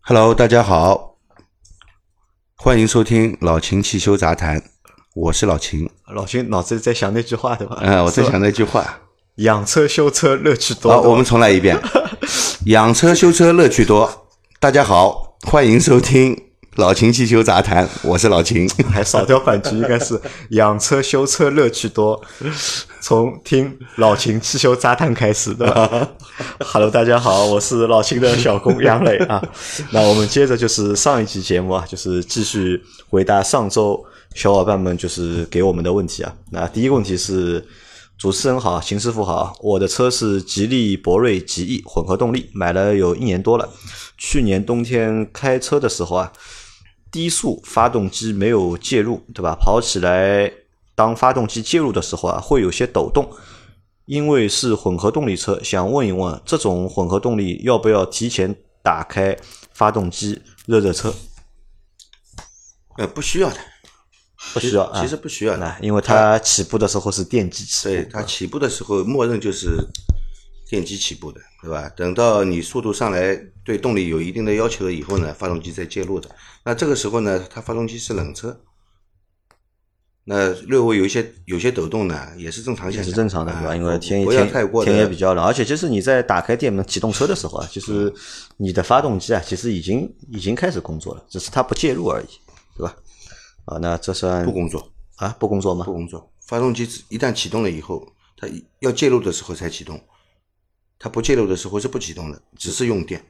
Hello，大家好，欢迎收听老秦汽修杂谈，我是老秦。 老秦脑子里在想那句话对吧？ 我在想那句话。 养车修车乐趣多。 好，我们重来一遍。养车修车乐趣多。大家好，欢迎收听老秦汽修杂谈，我是老秦。 还少掉半句，应该是养车修车乐趣多，从听老秦汽修杂谈开始的。Hello， 大家好，我是老秦的小工杨磊啊。那我们接着就是上一期节目啊，就是继续回答上周小伙伴们就是给我们的问题啊。那第一个问题是，主持人好，秦师傅好，我的车是吉利博瑞极翼混合动力，买了有1年多了。去年冬天开车的时候啊，低速发动机没有介入，对吧？跑起来当发动机介入的时候啊，会有些抖动。因为是混合动力车，想问一问，这种混合动力要不要提前打开发动机热热车？ 不需要的， 不需要， 其实不需要的， 因为它起步的时候是电机起步， 对，它起步的时候默认就是电机起步的，对吧？等到你速度上来，对动力有一定的要求了以后呢，发动机再介入的。那这个时候呢，它发动机是冷车，那略微有些抖动呢，也是正常现象， 也是正常的，对吧？因为天也比较冷，而且其实你在打开电门启动车的时候啊，其实你的发动机啊，其实已经开始工作了，只是它不介入而已，对吧？啊，那这算不工作啊？不工作吗？ 不工作，发动机一旦启动了以后，它要介入的时候才启动，它不介入的时候是不启动的，只是用电。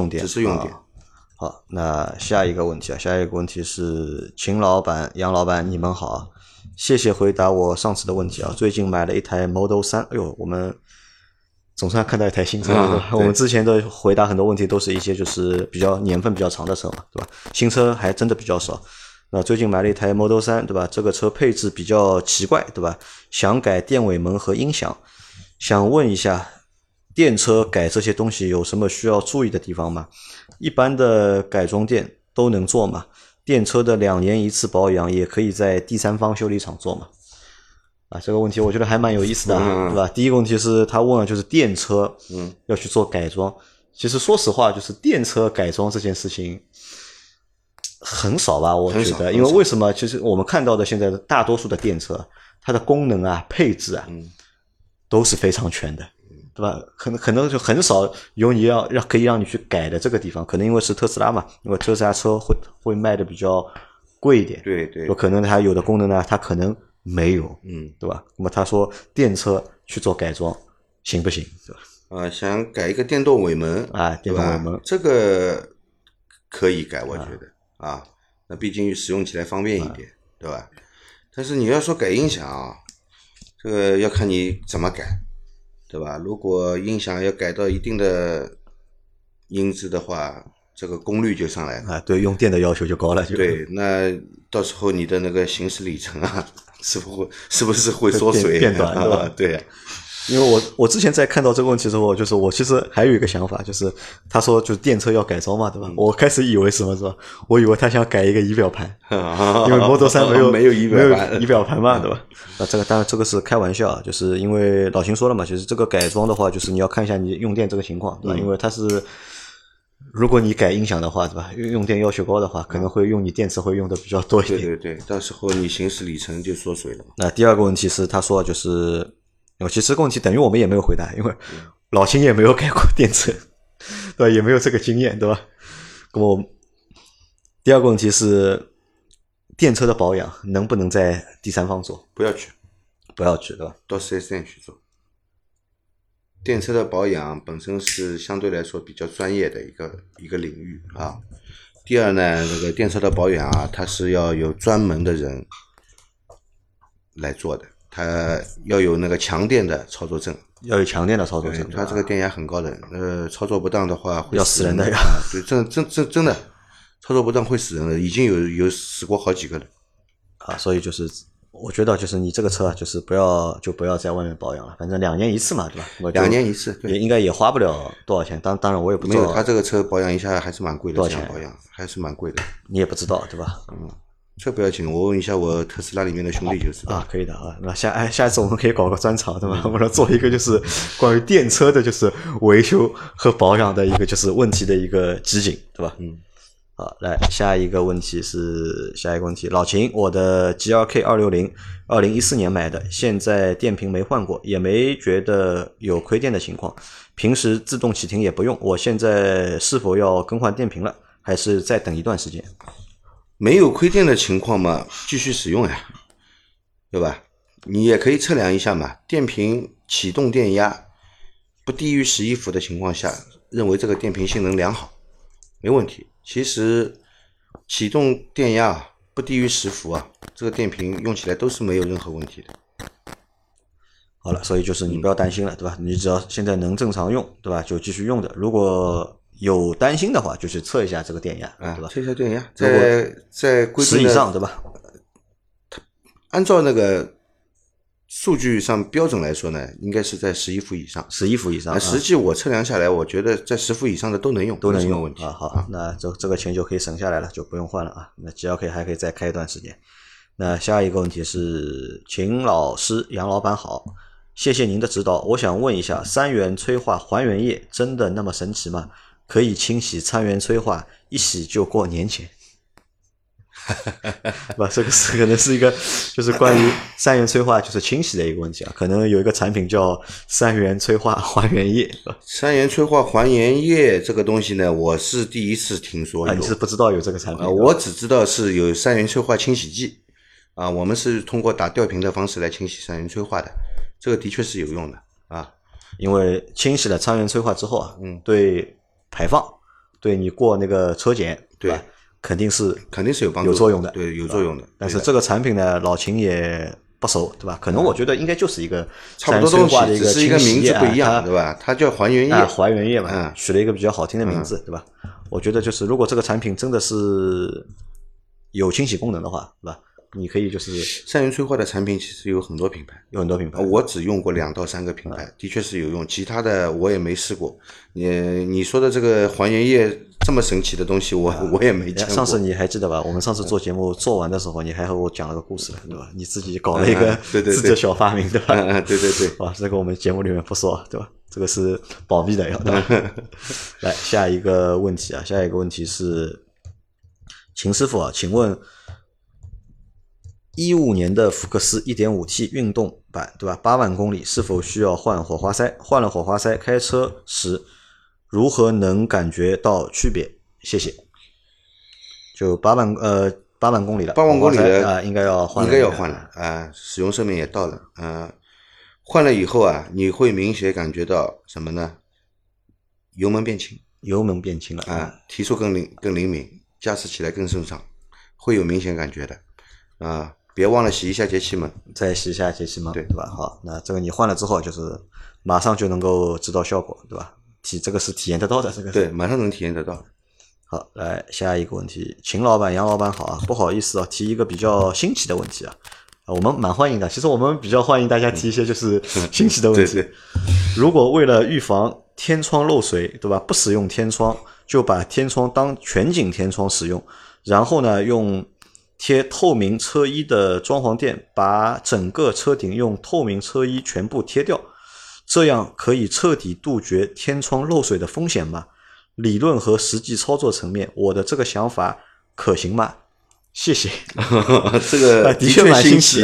好，那下一个问题是秦老板、杨老板，你们好，谢谢回答我上次的问题啊。最近买了一台 Model 3，哎呦，我们总算看到一台新车了，我们之前的回答很多问题都是一些就是年份比较长的车嘛，对吧？新车还真的比较少。那最近买了一台 Model 3，对吧？这个车配置比较奇怪，对吧？想改电尾门和音响，想问一下，电车改这些东西有什么需要注意的地方吗？一般的改装店都能做吗？电车的2年1次保养也可以在第三方修理厂做吗？啊，这个问题我觉得还蛮有意思的，对吧？第一个问题是他问了，就是电车要去做改装。其实说实话，就是电车改装这件事情很少吧，我觉得，因为为什么？其实我们看到的现在的大多数的电车，它的功能啊、配置啊，都是非常全的。对吧？可能就很少有你可以让你去改的这个地方，可能因为是特斯拉嘛，因为特斯拉车会卖的比较贵一点， 对， 有可能它有的功能呢，它可能没有，对吧？那么他说电车去做改装行不行？对吧？ 想改一个电动尾门啊，电动尾门这个可以改，我觉得那毕竟使用起来方便一点，对吧？但是你要说改音响这个要看你怎么改。对吧？如果音响要改到一定的音质的话，这个功率就上来了对，用电的要求就高了。 对，那到时候你的那个行驶里程啊，是不是会缩水变短，对吧？ 对。 因为我之前在看到这个问题的时候，就是我其实还有一个想法，就是他说就是电车要改装嘛，对吧？我开始以为什么是吧？我以为他想改一个仪表盘，因为 Model 3没有仪表盘嘛，对吧？这个当然这个是开玩笑，就是因为老秦说了嘛，就是这个改装的话，就是你要看一下你用电这个情况，对吧？因为它是如果你改音响的话，对吧？用电要求高的话，可能会用你电池会用的比较多一点。 对，到时候你行驶里程就缩水了。 那第二个问题是，他说就是其实这个问题等于我们也没有回答，因为老秦也没有改过电车，对吧？也没有这个经验，对吧？那么第二个问题是，电车的保养能不能在第三方做？ 不要去， 对吧？ 到 4S 店去做。电车的保养本身是相对来说比较专业的一个领域啊。第二呢，这个电车的保养它是要有专门的人来做的。它要有那个强电的操作证，它这个电压很高的，操作不当的话会要死人的呀。 对，真的操作不当会死人的，已经有死过好几个了。 所以就是我觉得就是你这个车就是不要在外面保养了，反正2年1次嘛，对吧 ？2年1次， 也应该也花不了多少钱。当然我也不知道， 没有，他这个车保养一下还是蛮贵的， 多少钱？ 保养还是蛮贵的， 你也不知道对吧？ 这不要紧，我问一下我特斯拉里面的兄弟就知道。 可以的啊。那下一次我们可以搞个专场，对吧？我们来做一个就是关于电车的，就是维修和保养的一个就是问题的一个集锦，对吧？好，来下一个问题，老秦，我的 GLK 260 2014年买的，现在电瓶没换过，也没觉得有亏电的情况，平时自动启停也不用，我现在是否要更换电瓶了，还是再等一段时间？ 没有亏电的情况嘛，继续使用呀，对吧？你也可以测量一下嘛，电瓶启动电压不低于11伏的情况下，认为这个电瓶性能良好，没问题。其实启动电压不低于10伏啊，这个电瓶用起来都是没有任何问题的。 好了，所以就是你不要担心了，对吧？你只要现在能正常用，对吧？就继续用的。如果有担心的话，就去测一下这个电压，对吧？ 测一下电压，在规定 10以上，对吧？ 按照那个数据上标准来说呢，应该是在11伏以上。 11伏以上。 实际我测量下来，我觉得在10伏以上的都能用， 都能用问题啊。好，那这个钱就可以省下来了，就不用换了啊。那 GLK 还可以再开一段时间。那下一个问题是，秦老师、杨老板好，谢谢您的指导。我想问一下，3元催化还原液真的那么神奇吗？可以清洗3元催化，一洗就过年前。不，这个可能是一个就是关于3元催化就是清洗的一个问题啊，可能有一个产品叫3元催化还原液。 3元催化还原液这个东西呢，我是第一次听说有。 你是不知道有这个产品？ 我只知道是有3元催化清洗剂啊，我们是通过打吊瓶的方式来清洗3元催化的，这个的确是有用的啊。 因为清洗了3元催化之后啊，对排放，对你过那个车检，对吧？肯定是有帮助， 有作用的， 对，有作用的。 但是这个产品呢，老秦也不熟，对吧？可能我觉得应该就是一个差不多东西， 只是一个名字不一样，对吧？它叫还原液， 还原液嘛，取了一个比较好听的名字，对吧？我觉得就是如果这个产品真的是有清洗功能的话，对吧？你可以就是 3元催化的产品其实有很多品牌，我只用过2到3个品牌，的确是有用，其他的我也没试过。你说的这个还原液这么神奇的东西，我也没见过。 上次你还记得吧？我们上次做节目做完的时候，你还和我讲了个故事，对吧？你自己搞了一个自己的小发明，对吧？ 对。 哇，这个我们节目里面不说，对吧？这个是保密的，对吧？来，下一个问题啊，下一个问题是秦师傅啊，请问15年的福克斯 1.5T 运动版，对吧？8万公里是否需要换火花塞？换了火花塞，开车时如何能感觉到区别？谢谢。就8万公里了，8 万公里了应该要换了啊，使用寿命也到了换了以后啊，你会明显感觉到什么呢？油门变轻了啊，提速更灵敏，驾驶起来更顺畅，会有明显感觉的啊。别忘了洗一下节气门， 再洗一下节气门， 对吧？好，那这个你换了之后，就是马上就能够知道效果，对吧？这个是体验得到的，这个对，马上能体验得到。 好，来下一个问题，秦老板、杨老板好啊，不好意思啊，提一个比较新奇的问题啊，我们蛮欢迎的。其实我们比较欢迎大家提一些就是新奇的问题。 对。 如果为了预防天窗漏水，对吧？不使用天窗，就把天窗当全景天窗使用，然后呢，用贴透明车衣的装潢垫把整个车顶用透明车衣全部贴掉，这样可以彻底杜绝天窗漏水的风险吗？理论和实际操作层面，我的这个想法可行吗？谢谢。 这个的确蛮新奇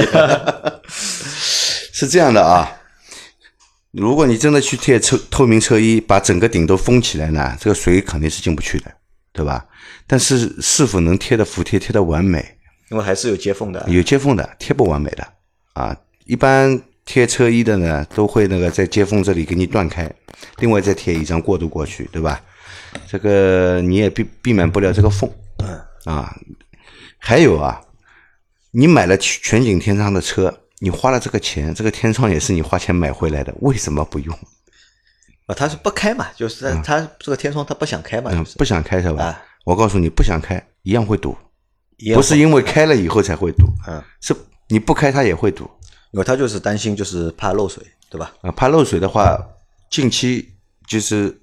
是这样的啊，如果你真的去贴透明车衣把整个顶都封起来呢，这个水肯定是进不去的，对吧？但是是否能贴的服帖，贴的完美， 因为还是有接缝的， 贴不完美的啊。一般贴车衣的呢，都会那个在接缝这里给你断开，另外再贴一张过渡过去，对吧？这个你也避免不了这个缝啊。还有啊，你买了全景天窗的车，你花了这个钱，这个天窗也是你花钱买回来的，为什么不用？ 他是不开嘛，就是他这个天窗他不想开嘛， 不想开是吧？我告诉你，不想开一样会堵，不是因为开了以后才会堵，是你不开它也会堵， 因为他就是担心，就是怕漏水，对吧？ 怕漏水的话，近期就是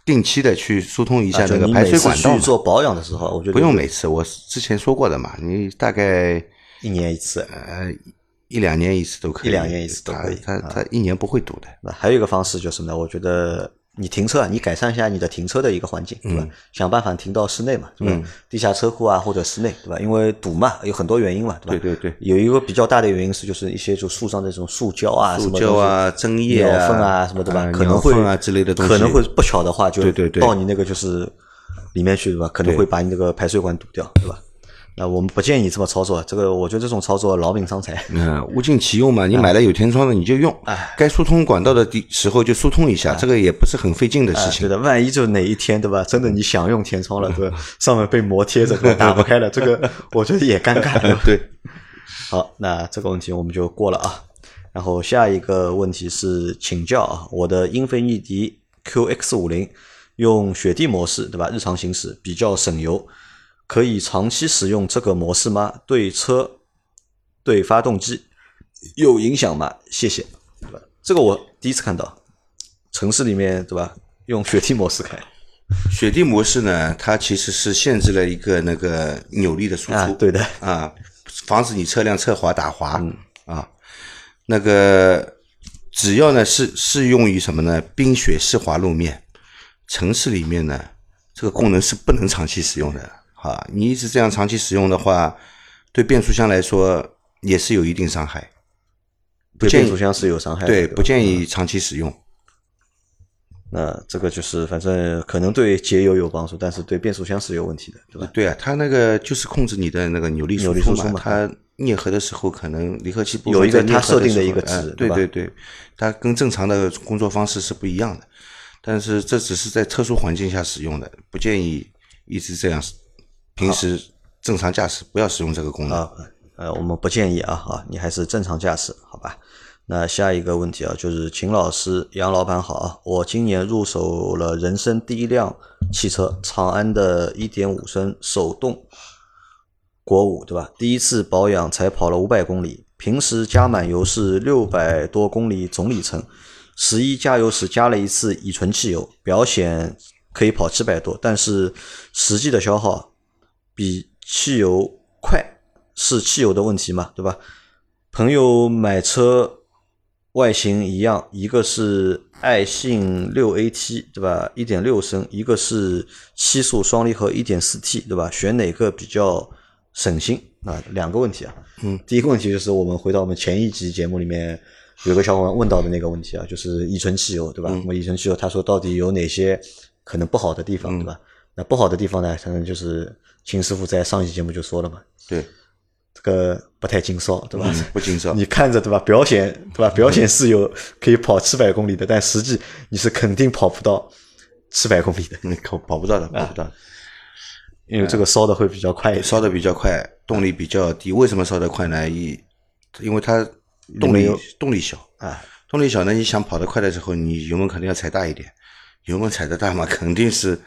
定期的去疏通一下那个就你排水管道每次去做保养的时候，我觉得不用每次，我之前说过的嘛，你大概 1年一次， 一两年一次都可以， 1-2年一次都可以它一年不会堵的。 那还有一个方式就是呢，我觉得你停车，你改善一下你的停车的一个环境，对吧？想办法停到室内嘛，对吧？地下车库啊或者室内，对吧？因为堵嘛，有很多原因嘛，对吧？ 对对对， 有一个比较大的原因是就是一些就树上这种塑胶啊、 塑胶啊、针叶鸟粪啊什么，对吧？可能会鸟粪啊之类的东西， 可能会不巧的话就对到你那个就是里面去，对吧？可能会把你那个排水管堵掉，对吧？那我们不建议这么操作，这个我觉得这种操作劳民伤财。 物尽其用嘛，你买了有天窗的你就用，该疏通管道的时候就疏通一下，这个也不是很费劲的事情。 对的，万一就哪一天，对吧？真的你想用天窗了，对吧？上面被膜贴着，打不开了，这个我觉得也尴尬，对吧？ 对。 好，那这个问题我们就过了啊。然后下一个问题是请教啊，我的英菲尼迪 QX50 用雪地模式，对吧？日常行驶比较省油。可以长期使用这个模式吗？对车、对发动机有影响吗？谢谢，对吧？这个我第一次看到，城市里面对吧？用雪地模式开。 雪地模式呢，它其实是限制了一个那个扭力的输出， 对的防止你车辆侧滑打滑那个只要呢适用于什么呢？冰雪湿滑路面，城市里面呢，这个功能是不能长期使用的。你一直这样长期使用的话，对变速箱来说也是有一定伤害。 对变速箱是有伤害的。 对，不建议长期使用。 那这个就是反正可能对节油有帮助，但是对变速箱是有问题的，对吧？ 对啊，它那个就是控制你的那个扭力输出嘛。它啮合的时候可能离合器部分有一个它设定的一个值， 对对对，它跟正常的工作方式是不一样的。但是这只是在特殊环境下使用的，不建议一直这样。平时正常驾驶不要使用这个功能我们不建议你还是正常驾驶，好吧？那下一个问题就是秦老师、杨老板好我今年入手了人生第一辆汽车，长安的 1.5 升手动国5，对吧？第一次保养才跑了500公里，平时加满油是600多公里总里程，11加油时加了一次乙醇汽油，表显可以跑700多，但是实际的消耗比汽油快，是汽油的问题嘛，对吧？朋友买车外形一样，一个是爱信 6AT 对吧 1.6 升，一个是7速双离合 1.4T 对吧？选哪个比较省心？两个问题第一个问题就是我们回到我们前一集节目里面有个小伙伴问到的那个问题就是乙醇汽油对吧？那么乙醇汽油他说到底有哪些可能不好的地方对吧？那不好的地方呢，可能就是秦师傅在上一期节目就说了嘛， 对， 这个不太经烧，对吧？ 不经烧， 你看着对吧？表显对吧？表显是有可以跑700公里的，但实际你是肯定跑不到700公里的， 你跑不到的，跑不到的， 因为这个烧的会比较快一点， 烧的比较快，动力比较低。为什么烧得快呢？因为它动力小动力小呢，你想跑得快的时候，你油门肯定要踩大一点，油门踩得大嘛，肯定是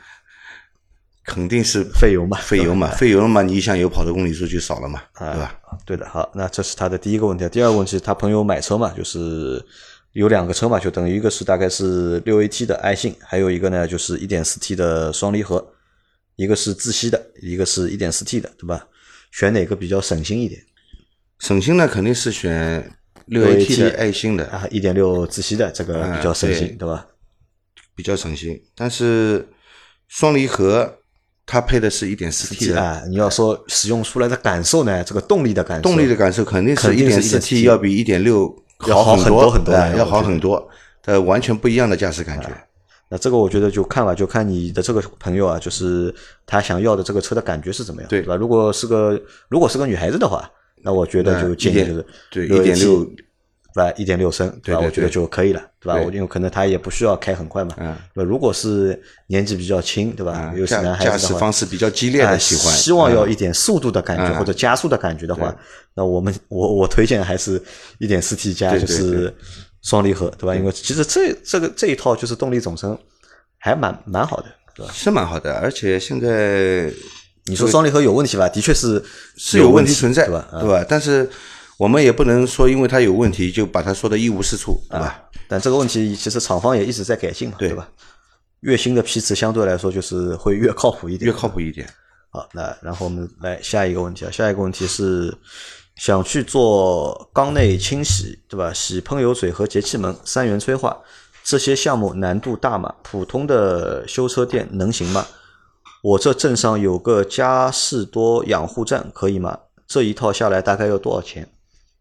费油嘛， 费油了嘛，你一箱油跑的公里数就少了嘛，对吧？ 对的，好，那这是他的第一个问题。第二个问题，他朋友买车嘛，就是有2个车嘛，就等于一个是大概是 6AT 的爱信，还有一个呢就是 1.4T 的双离合，一个是自吸的，一个是 1.4T 的，对吧？选哪个比较省心一点？ 省心呢，肯定是选 6AT 的爱信的 1.6 自吸的，这个比较省心，对吧？ 比较省心，但是双离合它配的是 1.4T 的你要说使用出来的感受呢，这个动力的感受肯定是 1.4T 要比 1.6 要好很多很多， 要好很多，完全不一样的驾驶感觉。 那这个我觉得就看你的这个朋友就是他想要的这个车的感觉是怎么样，对吧？如果是个女孩子的话，那我觉得就建议就是对 1.6 对吧？1.6升对吧？我觉得就可以了，对吧？因为可能他也不需要开很快嘛，对吧？如果是年纪比较轻，对吧？又是男孩子的话， 驾驶方式比较激烈的希望要一点速度的感觉或者加速的感觉的话，那我推荐还是 1.4T 加就是双离合，对吧？因为其实这一套就是动力总成还蛮好的，对吧？ 是蛮好的，而且现在你说双离合有问题吧，的确是有问题存在， 对吧？ 对吧？但是我们也不能说因为它有问题就把它说的一无是处，对吧？ 但这个问题其实厂方也一直在改进嘛，对吧？ 越新的批次相对来说就是会越靠谱一点， 越靠谱一点。 好，那然后我们来下一个问题啊，下一个问题是想去做缸内清洗，对吧？洗喷油嘴和节气门、三元催化这些项目难度大吗？普通的修车店能行吗？我这镇上有个嘉士多养护站，可以吗？这一套下来大概要多少钱？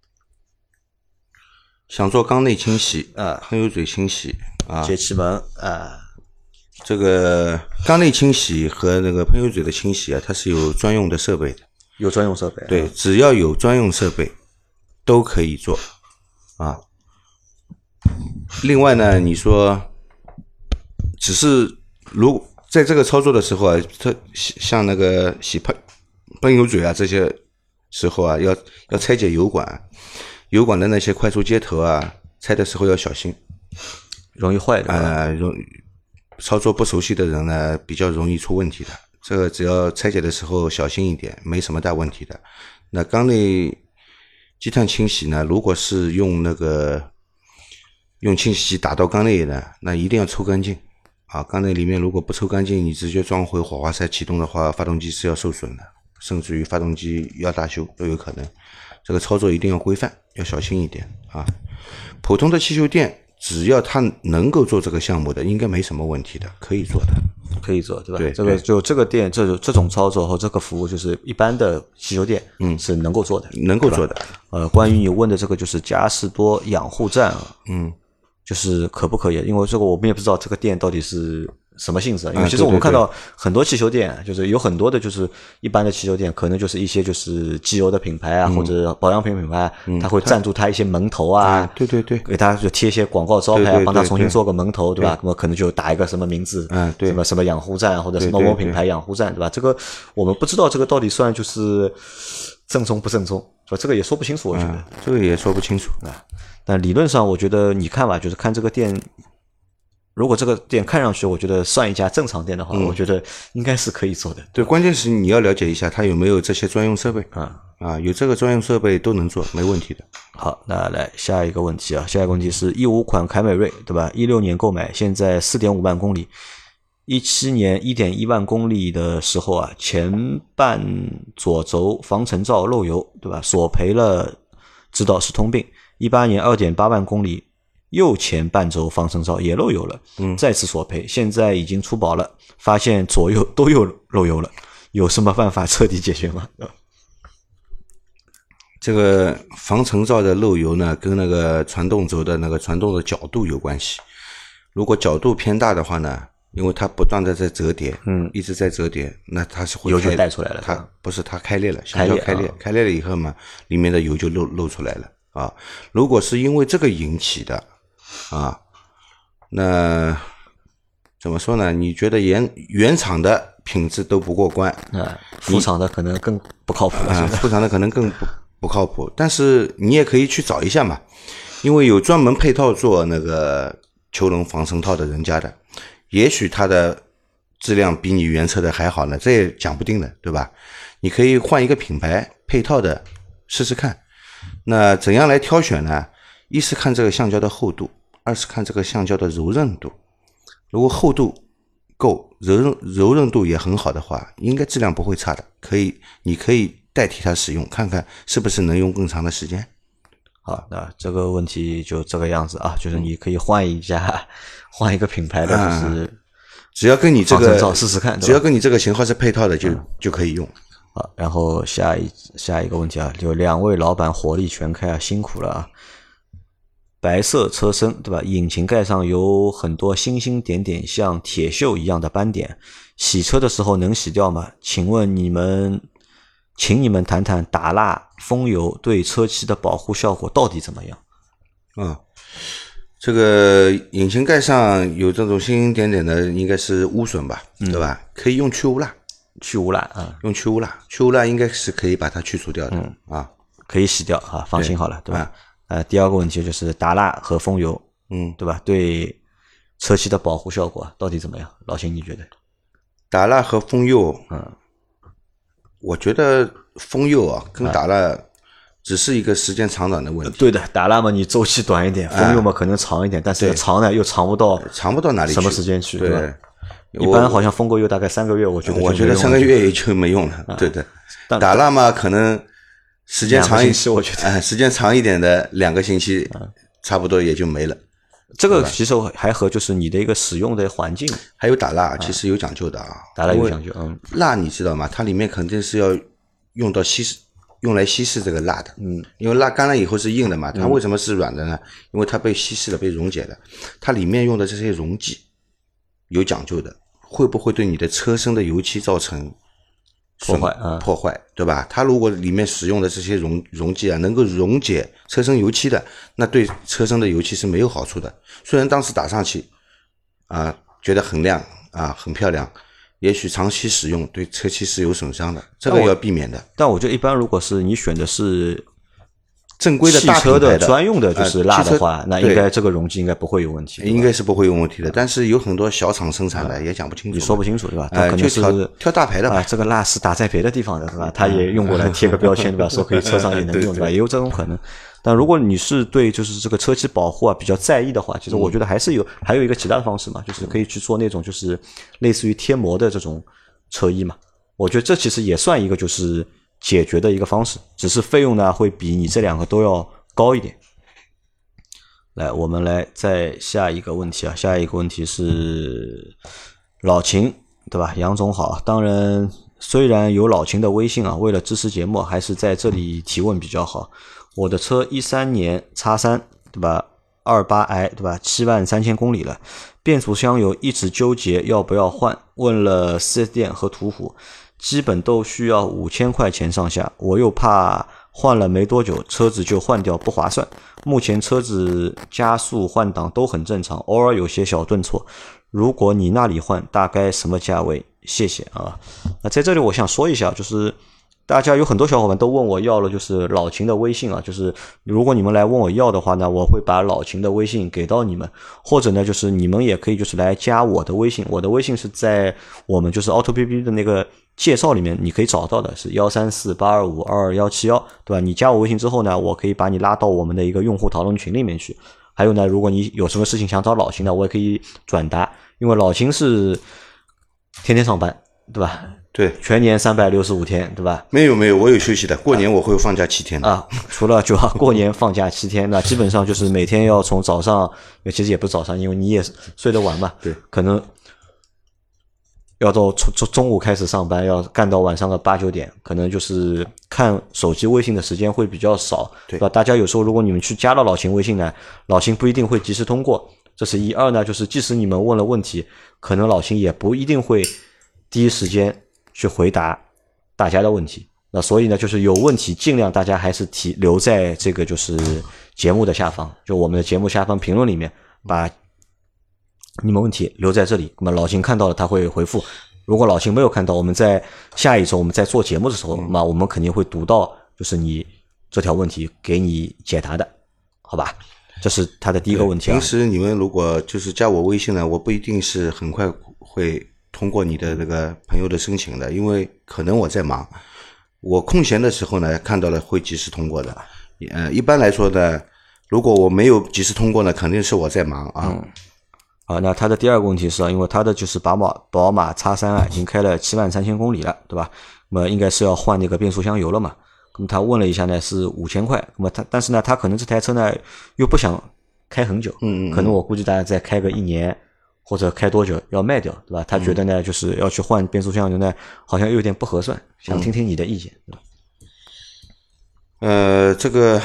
想做缸内清洗喷油嘴清洗节气门这个缸内清洗和那个喷油嘴的清洗它是有专用的设备的。 有专用设备？ 对，只要有专用设备都可以做另外呢，你说只是如在这个操作的时候它像那个洗喷油嘴这些时候要拆解油管的那些快速接头拆的时候要小心， 容易坏的操作不熟悉的人呢比较容易出问题的。这个只要拆解的时候小心一点，没什么大问题的。那缸内积碳清洗呢，如果是用清洗剂打到缸内呢，那一定要抽干净缸内里面如果不抽干净，你直接装回火花塞启动的话，发动机是要受损的，甚至于发动机要大修都有可能。这个操作一定要规范，要小心一点普通的汽修店只要他能够做这个项目的，应该没什么问题的，可以做的， 可以做，对吧？ 对， 这个店这种操作和这个服务，就是一般的汽修店是能够做的， 能够做的。 关于你问的这个就是嘉士多养护站就是可不可以？因为这个我们也不知道这个店到底是什么性质，因为其实我们看到很多汽修店，就是有很多的就是一般的汽修店，可能就是一些就是机油的品牌或者保养品牌，他会赞助他一些门头对， 给他就贴一些广告招牌帮他重新做个门头，对吧？那么可能就打一个什么名字，什么养护站或者是某某品牌养护站，对吧？这个我们不知道这个到底算就是正宗不正宗，是吧？这个也说不清楚，我觉得这个也说不清楚但理论上我觉得你看吧，就是看这个店。如果这个店看上去我觉得算一家正常店的话，我觉得应该是可以做的。 对，关键是你要了解一下它有没有这些专用设备有这个专用设备都能做，没问题的。 好，那来下一个问题下一个问题是15款凯美瑞，对吧？16年购买，现在 4.5 万公里，17年 1.1 万公里的时候前半左轴防尘罩漏油，对吧？索赔了，知道是通病。18年 2.8 万公里，右前半轴防尘罩也漏油了，再次索赔，现在已经出保了，发现左右都有漏油了，有什么办法彻底解决吗？ 这个防尘罩的漏油呢，跟那个传动轴的那个传动的角度有关系。如果角度偏大的话呢，因为它不断的在折叠，一直在折叠，那它是会油就带出来了， 它不是它开裂了，橡胶开裂了以后嘛，里面的油就漏出来了如果是因为这个引起的那怎么说呢？你觉得原厂的品质都不过关副厂的可能更不靠谱副厂的可能更不靠谱。但是你也可以去找一下嘛，因为有专门配套做那个球笼防尘套的人家的，也许它的质量比你原车的还好呢，这也讲不定的，对吧？你可以换一个品牌配套的试试看。那怎样来挑选呢？一是看这个橡胶的厚度，二是看这个橡胶的柔韧度。如果厚度够，柔韧度也很好的话，应该质量不会差的。你可以代替它使用，看看是不是能用更长的时间。 好，那这个问题就这个样子就是你可以换一个品牌的，就是只要跟你这个试试看， 只要跟你这个型号是配套的就可以用。 好，然后下一个问题就两位老板火力全开辛苦了白色车身，对吧？引擎盖上有很多星星点点像铁锈一样的斑点，洗车的时候能洗掉吗？请你们谈谈打蜡封油对车漆的保护效果到底怎么样这个引擎盖上有这种星星点点的应该是污损吧，对吧？可以用去污蜡用去污蜡应该是可以把它去除掉的可以洗掉放心好了，对吧？第二个问题就是打蜡和封油对吧？对车漆的保护效果到底怎么样？老邢你觉得？ 打蜡和封油我觉得封油跟打蜡只是一个时间长短的问题。 对的，打蜡嘛你周期短一点，封油嘛可能长一点，但是长呢又长不到哪里去， 什么时间去，对吧？ 一般好像封过油大概3个月，我觉得 3个月也就没用了。对的，打蜡嘛，可能时间长一些，我觉得时间长一点的2个星期，差不多也就没了。 这个其实还和就是你的一个使用的环境， 还有打蜡其实有讲究的啊。 打蜡有讲究， 蜡你知道吗？它里面肯定是要用来稀释这个蜡的，因为蜡干了以后是硬的嘛，它为什么是软的呢？因为它被稀释了，被溶解了。它里面用的这些溶剂有讲究的，会不会对你的车身的油漆造成破坏，对吧？它如果里面使用的这些溶剂啊，能够溶解车身油漆的，那对车身的油漆是没有好处的。虽然当时打上去觉得很亮很漂亮，也许长期使用对车漆是有损伤的，这个要避免的。 但我觉得一般如果是你选的是正规的汽车的专用的就是蜡的话，那应该这个溶剂应该不会有问题， 应该是不会有问题的。但是有很多小厂生产的也讲不清楚， 你说不清楚对吧？它可能是挑大牌的吧， 这个蜡是打在别的地方的，对吧？它也用过来贴个标签，对吧？说可以车上也能用，对吧？也有这种可能。但如果你是对就是这个车漆保护比较在意的话，其实我觉得还有一个其他的方式嘛，就是可以去做那种就是类似于贴膜的这种车衣嘛。我觉得这其实也算一个就是解决的一个方式，只是费用呢会比你这2个都要高一点。来，我们来再下一个问题下一个问题是老秦，对吧？杨总好，当然虽然有老秦的微信为了支持节目，还是在这里提问比较好。我的车13年 X3， 对吧？28i， 对吧？73000公里了，变速箱油一直纠结要不要换，问了 4S 店和途虎，基本都需要5000块钱上下，我又怕换了没多久车子就换掉不划算。目前车子加速换挡都很正常，偶尔有些小顿挫。如果你那里换，大概什么价位？谢谢那在这里我想说一下，就是大家有很多小伙伴都问我要了就是老秦的微信就是如果你们来问我要的话呢，我会把老秦的微信给到你们，或者呢就是你们也可以就是来加我的微信，我的微信是在我们就是 AutoBB 的那个介绍里面你可以找到的，是13482522171，对吧？你加我微信之后呢，我可以把你拉到我们的一个用户讨论群里面去。还有呢，如果你有什么事情想找老秦呢，我也可以转达，因为老秦是天天上班，对吧？ 对， 全年365天，对吧？ 没有，我有休息的，过年我会放假7天的除了就过年放假7天，那基本上就是每天要从早上，其实也不是早上，因为你也睡得晚嘛， 对， 可能要到中午开始上班，要干到晚上的8、9点，可能就是看手机微信的时间会比较少，对吧？大家有时候如果你们去加到老秦微信呢，老秦不一定会及时通过，这是一。二呢，就是即使你们问了问题，可能老秦也不一定会第一时间去回答大家的问题。那所以呢，就是有问题尽量大家还是留在这个就是节目的下方，就我们的节目下方评论里面把你们问题留在这里，那么老秦看到了他会回复。如果老秦没有看到，我们在下一周我们在做节目的时候，那我们肯定会读到就是你这条问题给你解答的，好吧？这是他的第一个问题平时你们如果就是加我微信呢，我不一定是很快会通过你的那个朋友的申请的，因为可能我在忙，我空闲的时候呢看到了会及时通过的。一般来说呢，如果我没有及时通过呢，肯定是我在忙好，那他的第二个问题是因为他的就是宝马 X3 已经开了73000公里了，对吧？那么应该是要换那个变速箱油了嘛？那么他问了一下呢，是5000块。那么但是呢，他可能这台车呢又不想开很久，可能我估计大家再开个1年或者开多久要卖掉，对吧？他觉得呢就是要去换变速箱油呢，好像有点不合算，想听听你的意见。 这个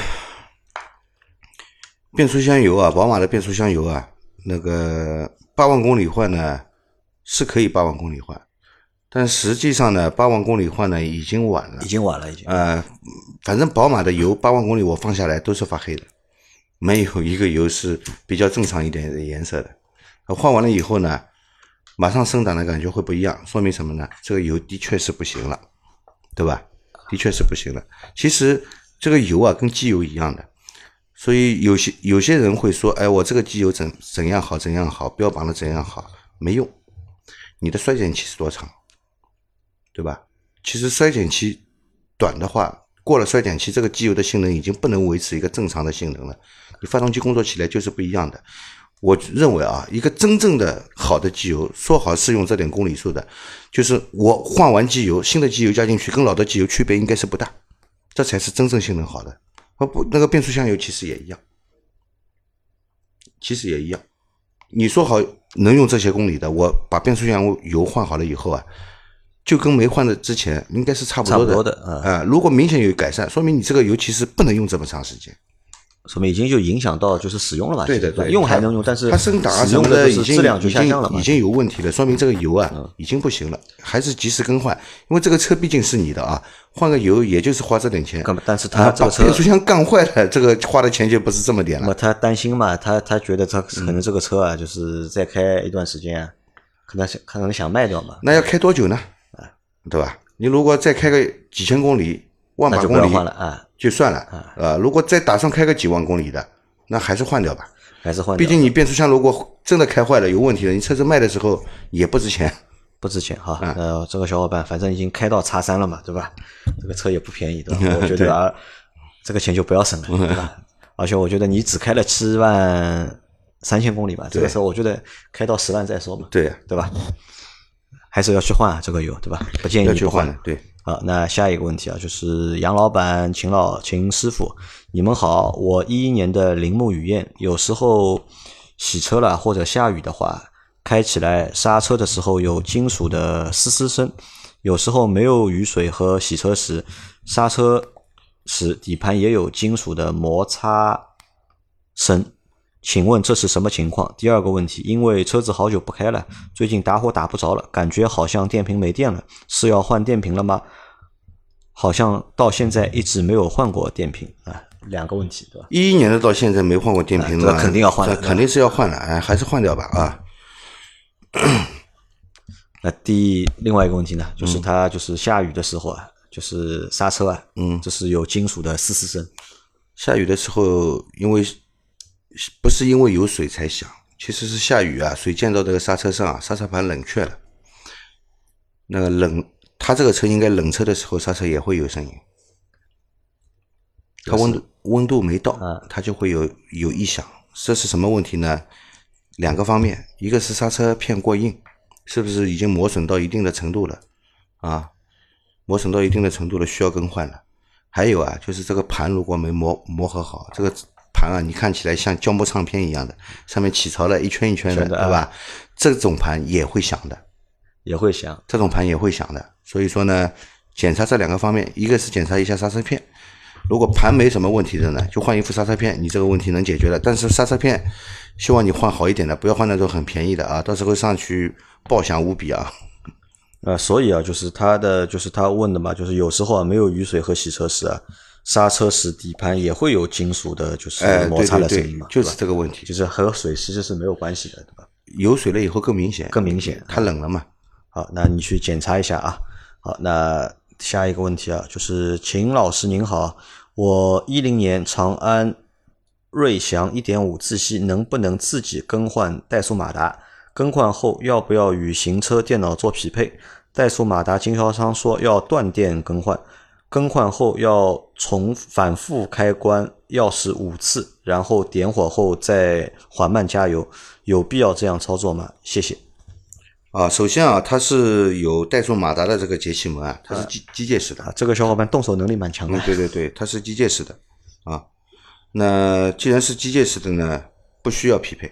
变速箱油宝马的变速箱油那个8万公里换呢是可以8万公里换，但实际上呢8万公里换呢已经晚了，反正宝马的油8万公里我放下来都是发黑的，没有一个油是比较正常一点的颜色的。换完了以后呢，马上升档的感觉会不一样，说明什么呢？这个油的确是不行了，对吧？的确是不行了。其实这个油跟机油一样的，所以有些人会说，我这个机油怎样好怎样好，标榜的怎样好，没用。你的衰减期是多长，对吧？其实衰减期短的话，过了衰减期，这个机油的性能已经不能维持一个正常的性能了。你发动机工作起来就是不一样的。 我认为啊，一个真正的好的机油，说好是用这点公里数的，就是我换完机油，新的机油加进去，跟老的机油区别应该是不大，这才是真正性能好的。不，那个变速箱油其实也一样，你说好能用这些公里的，我把变速箱油换好了以后啊，就跟没换的之前应该是差不多的。如果明显有改善，说明你这个油其实不能用这么长时间。 说明已经就影响到就是使用了嘛？ 对的，对， 用还能用，但是它升档啊什么的质量就下降了嘛， 已经有问题了，说明这个油啊已经不行了，还是及时更换，因为这个车毕竟是你的啊，换个油也就是花这点钱。 但是他这个车把变速箱干坏了，这个花的钱就不是这么点了。 那么他担心嘛，他觉得他可能这个车啊，就是再开一段时间啊，可能想卖掉嘛。 那要开多久呢？对吧？你如果再开个几千公里、万把公里， 换了啊， 就算了。如果再打算开个几万公里的，那还是换掉吧。毕竟你变速箱如果真的开坏了有问题了，你车子卖的时候也不值钱。 不值钱哈。这个小伙伴反正已经开到X3了嘛，对吧？这个车也不便宜，对吧？我觉得这个钱就不要省了，对吧？而且我觉得你只开了73000公里吧，这个时候我觉得开到10万再说嘛， 对吧？还是要去换这个油，对吧？不建议你不换的，对。 好，那下一个问题啊，就是杨老板、秦师傅，你们好。我11年的铃木雨燕，有时候洗车了或者下雨的话，开起来刹车的时候有金属的嘶嘶声，有时候没有雨水和洗车时，刹车时底盘也有金属的摩擦声。请问这是什么情况？第二个问题，因为车子好久不开了，最近打火打不着了，感觉好像电瓶没电了，是要换电瓶了吗？好像到现在一直没有换过电瓶啊，两个问题，对吧 ？11年的到现在没换过电瓶了， 肯定要换了， 肯定是要换了，还是换掉吧啊。 那另外一个问题呢，就是它就是下雨的时候啊，就是刹车啊，这是有金属的嘶嘶声。 下雨的时候，不是因为有水才响，其实是下雨啊，水溅到这个刹车上啊，刹车盘冷却了。那个它这个车应该冷车的时候刹车也会有声音，它温度没到，它就会有异响。这是什么问题呢？两个方面，一个是刹车片过硬，是不是已经磨损到一定的程度了啊？磨损到一定的程度了，需要更换了。还有啊，就是这个盘如果没磨合好，这个盘啊，你看起来像胶膜唱片一样的，上面起槽了一圈一圈的，对吧？这种盘也会响的，这种盘也会响的。所以说呢，检查这两个方面，一个是检查一下刹车片，如果盘没什么问题的呢，就换一副刹车片，你这个问题能解决了。但是刹车片，希望你换好一点的，不要换那种很便宜的啊，到时候上去爆响无比啊。 所以啊，就是他问的嘛，就是有时候啊，没有雨水和洗车时啊，刹车时底盘也会有金属的，就是摩擦的声音嘛， 对，就是这个问题， 就是和水其实是没有关系的，对吧？ 有水了以后更明显，它冷了嘛。 好，那你去检查一下啊。好，那下一个问题啊，就是秦老师您好，我10年长安锐翔 1.5 自吸能不能自己更换怠速马达？更换后要不要与行车电脑做匹配？怠速马达经销商说要断电更换，更换后要反复开关钥匙5次，然后点火后再缓慢加油，有必要这样操作吗？谢谢。 首先啊，它是有怠速马达的这个节气门啊，它是机械式的。 这个小伙伴动手能力蛮强的。 对，它是机械式的啊。那既然是机械式的呢，不需要匹配。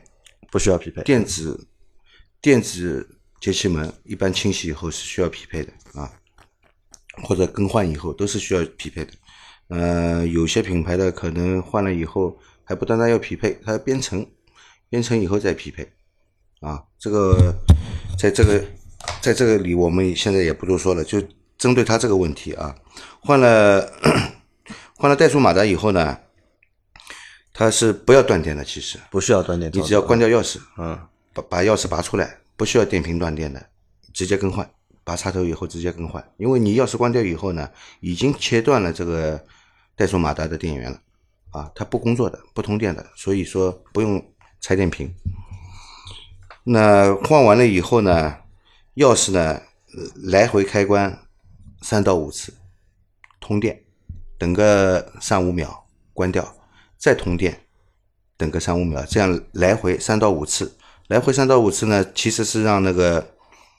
电子节气门一般清洗以后是需要匹配的啊，或者更换以后都是需要匹配的。有些品牌的可能换了以后还不单单要匹配，它要编程以后再匹配啊。这个在这个里我们现在也不多说了，就针对它这个问题啊，换了怠速马达以后呢，它是不要断电的，其实不需要断电， 你只要关掉钥匙，把钥匙拔出来，不需要电瓶断电的，直接更换，拔插头以后直接更换，因为你钥匙关掉以后呢，已经切断了这个怠速马达的电源了啊，它不工作的，不通电的，所以说不用拆电瓶。那换完了以后呢，钥匙呢来回开关3到5次，通电，等个3-5秒关掉，再通电， 等个3-5秒，这样来回3到5次。来回3到5次呢，其实是让那个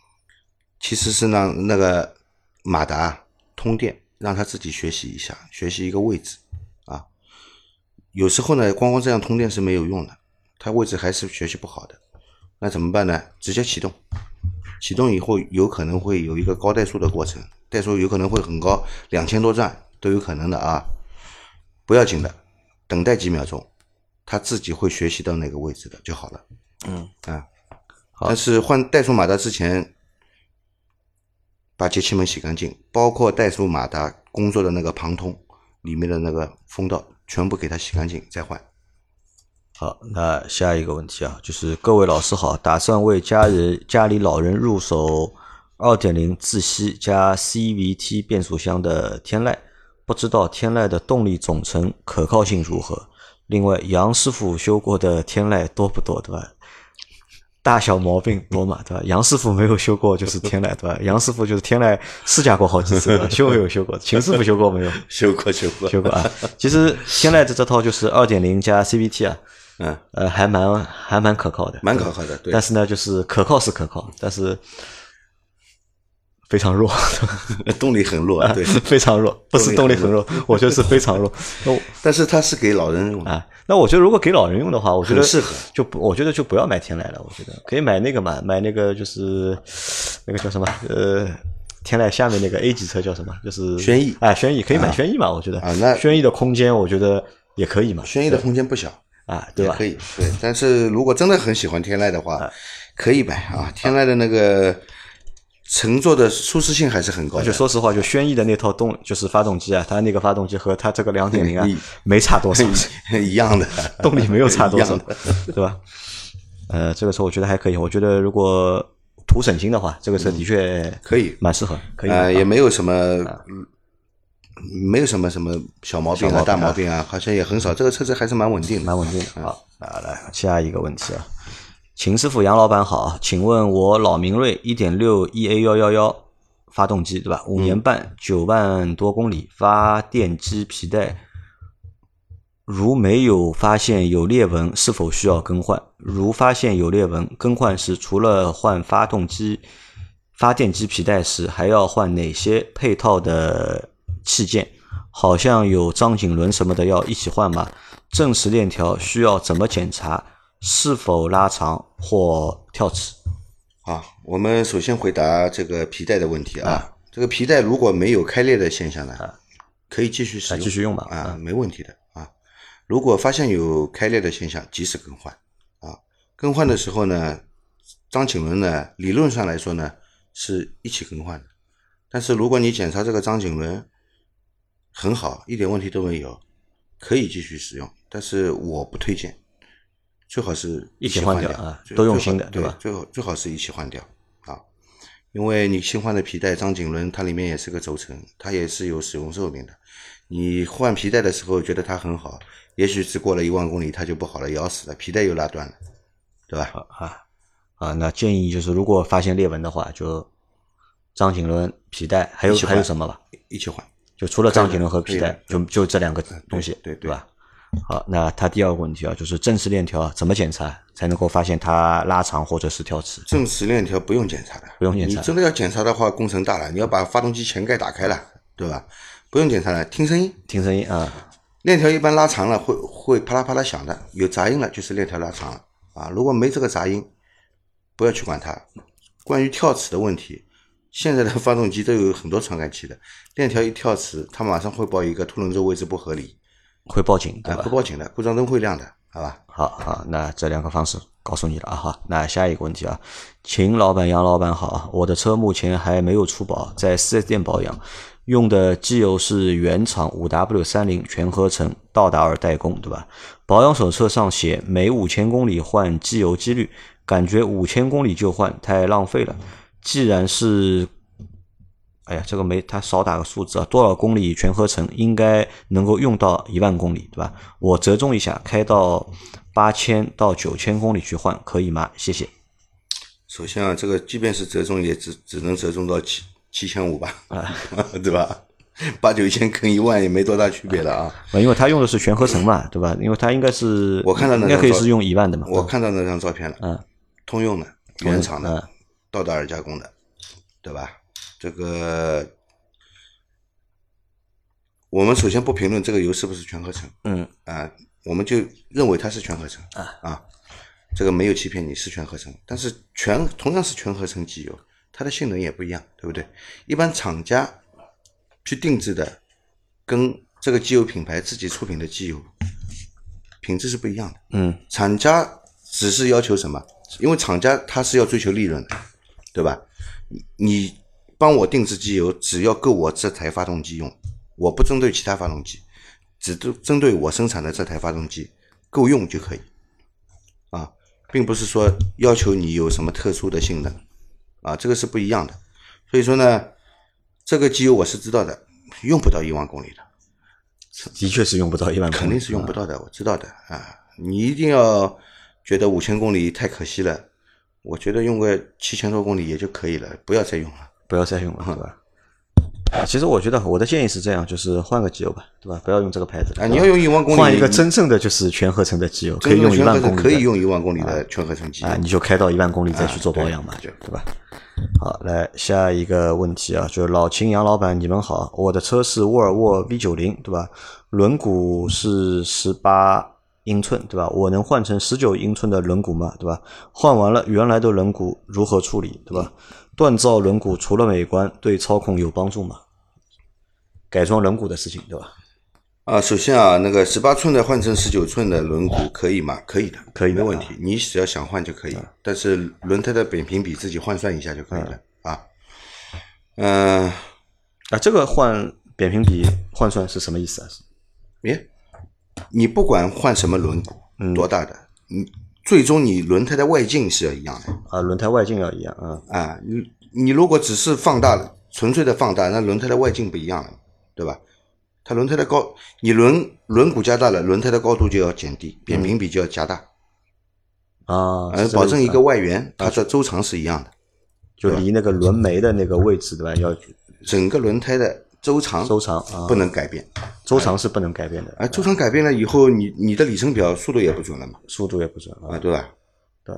马达通电，让它自己学习一下，学习一个位置啊。有时候呢，光这样通电是没有用的，它位置还是学习不好的。那怎么办呢？直接启动，启动以后有可能会有一个高怠速的过程，怠速有可能会很高，2000多转都有可能的啊。不要紧的，等待几秒钟，它自己会学习到那个位置的就好了。但是换怠速马达之前，把节气门洗干净，包括怠速马达工作的那个旁通里面的那个风道，全部给它洗干净再换。 好，那下一个问题啊，就是各位老师好，打算为家里老人入手 2.0 自吸加 CVT 变速箱的天籁，不知道天籁的动力总成可靠性如何？另外，杨师傅修过的天籁多不多，对吧？大小毛病多嘛，对吧？杨师傅没有修过就是天籁，对吧？杨师傅就是天籁试驾过好几次，修没有修过？秦师傅修过没有？ 修过啊。其实天籁的这套就是 2.0 加 CVT 啊，还蛮可靠的， 蛮可靠的，对。 但是呢，就是可靠是可靠，但是非常弱， 动力很弱，对， 非常弱，不是动力很弱，我觉得是非常弱。 但是它是给老人用的啊。那我觉得如果给老人用的话，我觉得很适合。 我觉得就不要买天籁了，我觉得可以买那个嘛，买那个就是那个叫什么天籁下面那个 A 级车叫什么？就是轩逸啊，轩逸可以买轩逸嘛，我觉得那轩逸的空间我觉得也可以嘛。 轩逸的空间不小啊，对吧？ 可以，对。但是如果真的很喜欢天籁的话，可以买啊。天籁的那个乘坐的舒适性还是很高的。 而且说实话，就轩逸的那套就是发动机啊，它那个发动机和它这个 2.0 啊没差多少， 一样的， 动力没有差多少，对吧？这个车我觉得还可以。我觉得如果图省心的话，这个车的确可以， 蛮适合，可以。 也没有什么什么小毛病啊、大毛病啊，好像也很少。这个车子还是蛮稳定的， 蛮稳定的。好，来下一个问题啊。秦师傅杨老板好，请问我老明锐 1.6 EA111 发动机对吧？5年半9万多公里，发电机皮带如没有发现有裂纹，是否需要更换？如发现有裂纹，更换时除了换发电机皮带时，还要换哪些配套的器件？好像有张紧轮什么的要一起换吗？正时链条需要怎么检查？是否拉长或跳齿？ 好，我们首先回答这个皮带的问题啊。这个皮带如果没有开裂的现象呢，可以继续使用， 继续用吧啊，没问题的啊。如果发现有开裂的现象，及时更换啊。更换的时候呢，张紧轮呢，理论上来说呢是一起更换的。但是如果你检查这个张紧轮很好，一点问题都没有，可以继续使用，但是我不推荐。最好是一起换掉啊，都用新的，对吧？ 最好是一起换掉啊，因为你新换的皮带张紧轮它里面也是个轴承，它也是有使用寿命的。你换皮带的时候觉得它很好，也许只过了1万公里它就不好了，咬死了，皮带又拉断了，对吧？ 那建议就是如果发现裂纹的话，就张紧轮、皮带还有什么吧？ 一起换， 就除了张紧轮和皮带，就这2个东西， 对吧？好，那他第二个问题啊，就是正时链条怎么检查才能够发现它拉长或者是跳齿？ 正时链条不用检查的， 不用检查。 你真的要检查的话，工程大了，你要把发动机前盖打开了，对吧？不用检查了，听声音啊。 链条一般拉长了会啪啦啪啦响的，有杂音了就是链条拉长了啊。如果没这个杂音，不要去管它。关于跳齿的问题，现在的发动机都有很多传感器的，链条一跳齿，它马上会报一个凸轮轴位置不合理。 会报警对吧？ 不报警的，故障灯会亮的，好吧？ 好，那这2个方式告诉你了啊。好，那下一个问题啊，秦老板、杨老板好，我的车目前还没有出保，在 4S 店保养，用的机油是原厂 5W30 全合成道达尔代工，对吧？保养手册上写每5000公里换机油机滤，感觉5000公里就换太浪费了。既然是这个他少打个数字啊，多少公里全合成应该能够用到1万公里，对吧？我折中一下，开到8000到9000公里去换，可以吗？谢谢。 首先啊，这个即便是折中，也只能折中到7500吧，对吧？ 8、9千跟1万也没多大区别了啊。 因为它用的是全合成嘛，对吧？因为它应该是我看到那应该可以是用1万的嘛。 我看到那张照片了，通用的，原厂的，道达尔加工的，对吧？这个我们首先不评论这个油是不是全合成，我们就认为它是全合成这个没有欺骗你，是全合成，但是同样是全合成机油，它的性能也不一样，对不对？一般厂家去定制的跟这个机油品牌自己出品的机油品质是不一样的。厂家只是要求什么？因为厂家他是要追求利润的，对吧？你帮我定制机油，只要够我这台发动机用，我不针对其他发动机，只针对我生产的这台发动机够用就可以并不是说要求你有什么特殊的性能这个是不一样的。所以说呢，这个机油我是知道的，用不到1万公里的， 的确是用不到1万公里， 肯定是用不到的，我知道的你一定要觉得5000公里太可惜了，我觉得用个7000多公里也就可以了，不要再用了， 对吧？其实我觉得我的建议是这样，就是换个机油吧，对吧？不要用这个牌子你要用1万公里， 换一个真正的就是全合成的机油，可以用1万公里， 可以用1万公里的全合成机油你就开到1万公里再去做保养嘛，对吧？好，来下一个问题就是老秦杨老板，你们好，我的车是沃尔沃 V90， 对吧？轮毂是18英寸，对吧？我能换成19英寸的轮毂吗？对吧？换完了原来的轮毂如何处理，对吧？锻造轮毂除了美观，对操控有帮助吗？改装轮毂的事情，对吧？ 首先那个18寸的换成19寸的轮毂可以吗？可以的， 可以的， 没问题，你只要想换就可以，但是轮胎的扁平比自己换算一下就可以了这个换扁平比换算是什么意思你不管换什么轮毂，多大的，最终你轮胎的外径是要一样的轮胎外径要一样你如果只是放大了，纯粹的放大，那轮胎的外径不一样了，对吧？它轮胎的你轮毂加大了，轮胎的高度就要减低，扁平比就要加大保证一个外缘，它的周长是一样的， 就离那个轮眉的那个位置，对吧？要整个轮胎的周长不能改变， 周长是不能改变的。 周长改变了以后，你的里程表速度也不准了嘛？ 速度也不准对吧？ 对。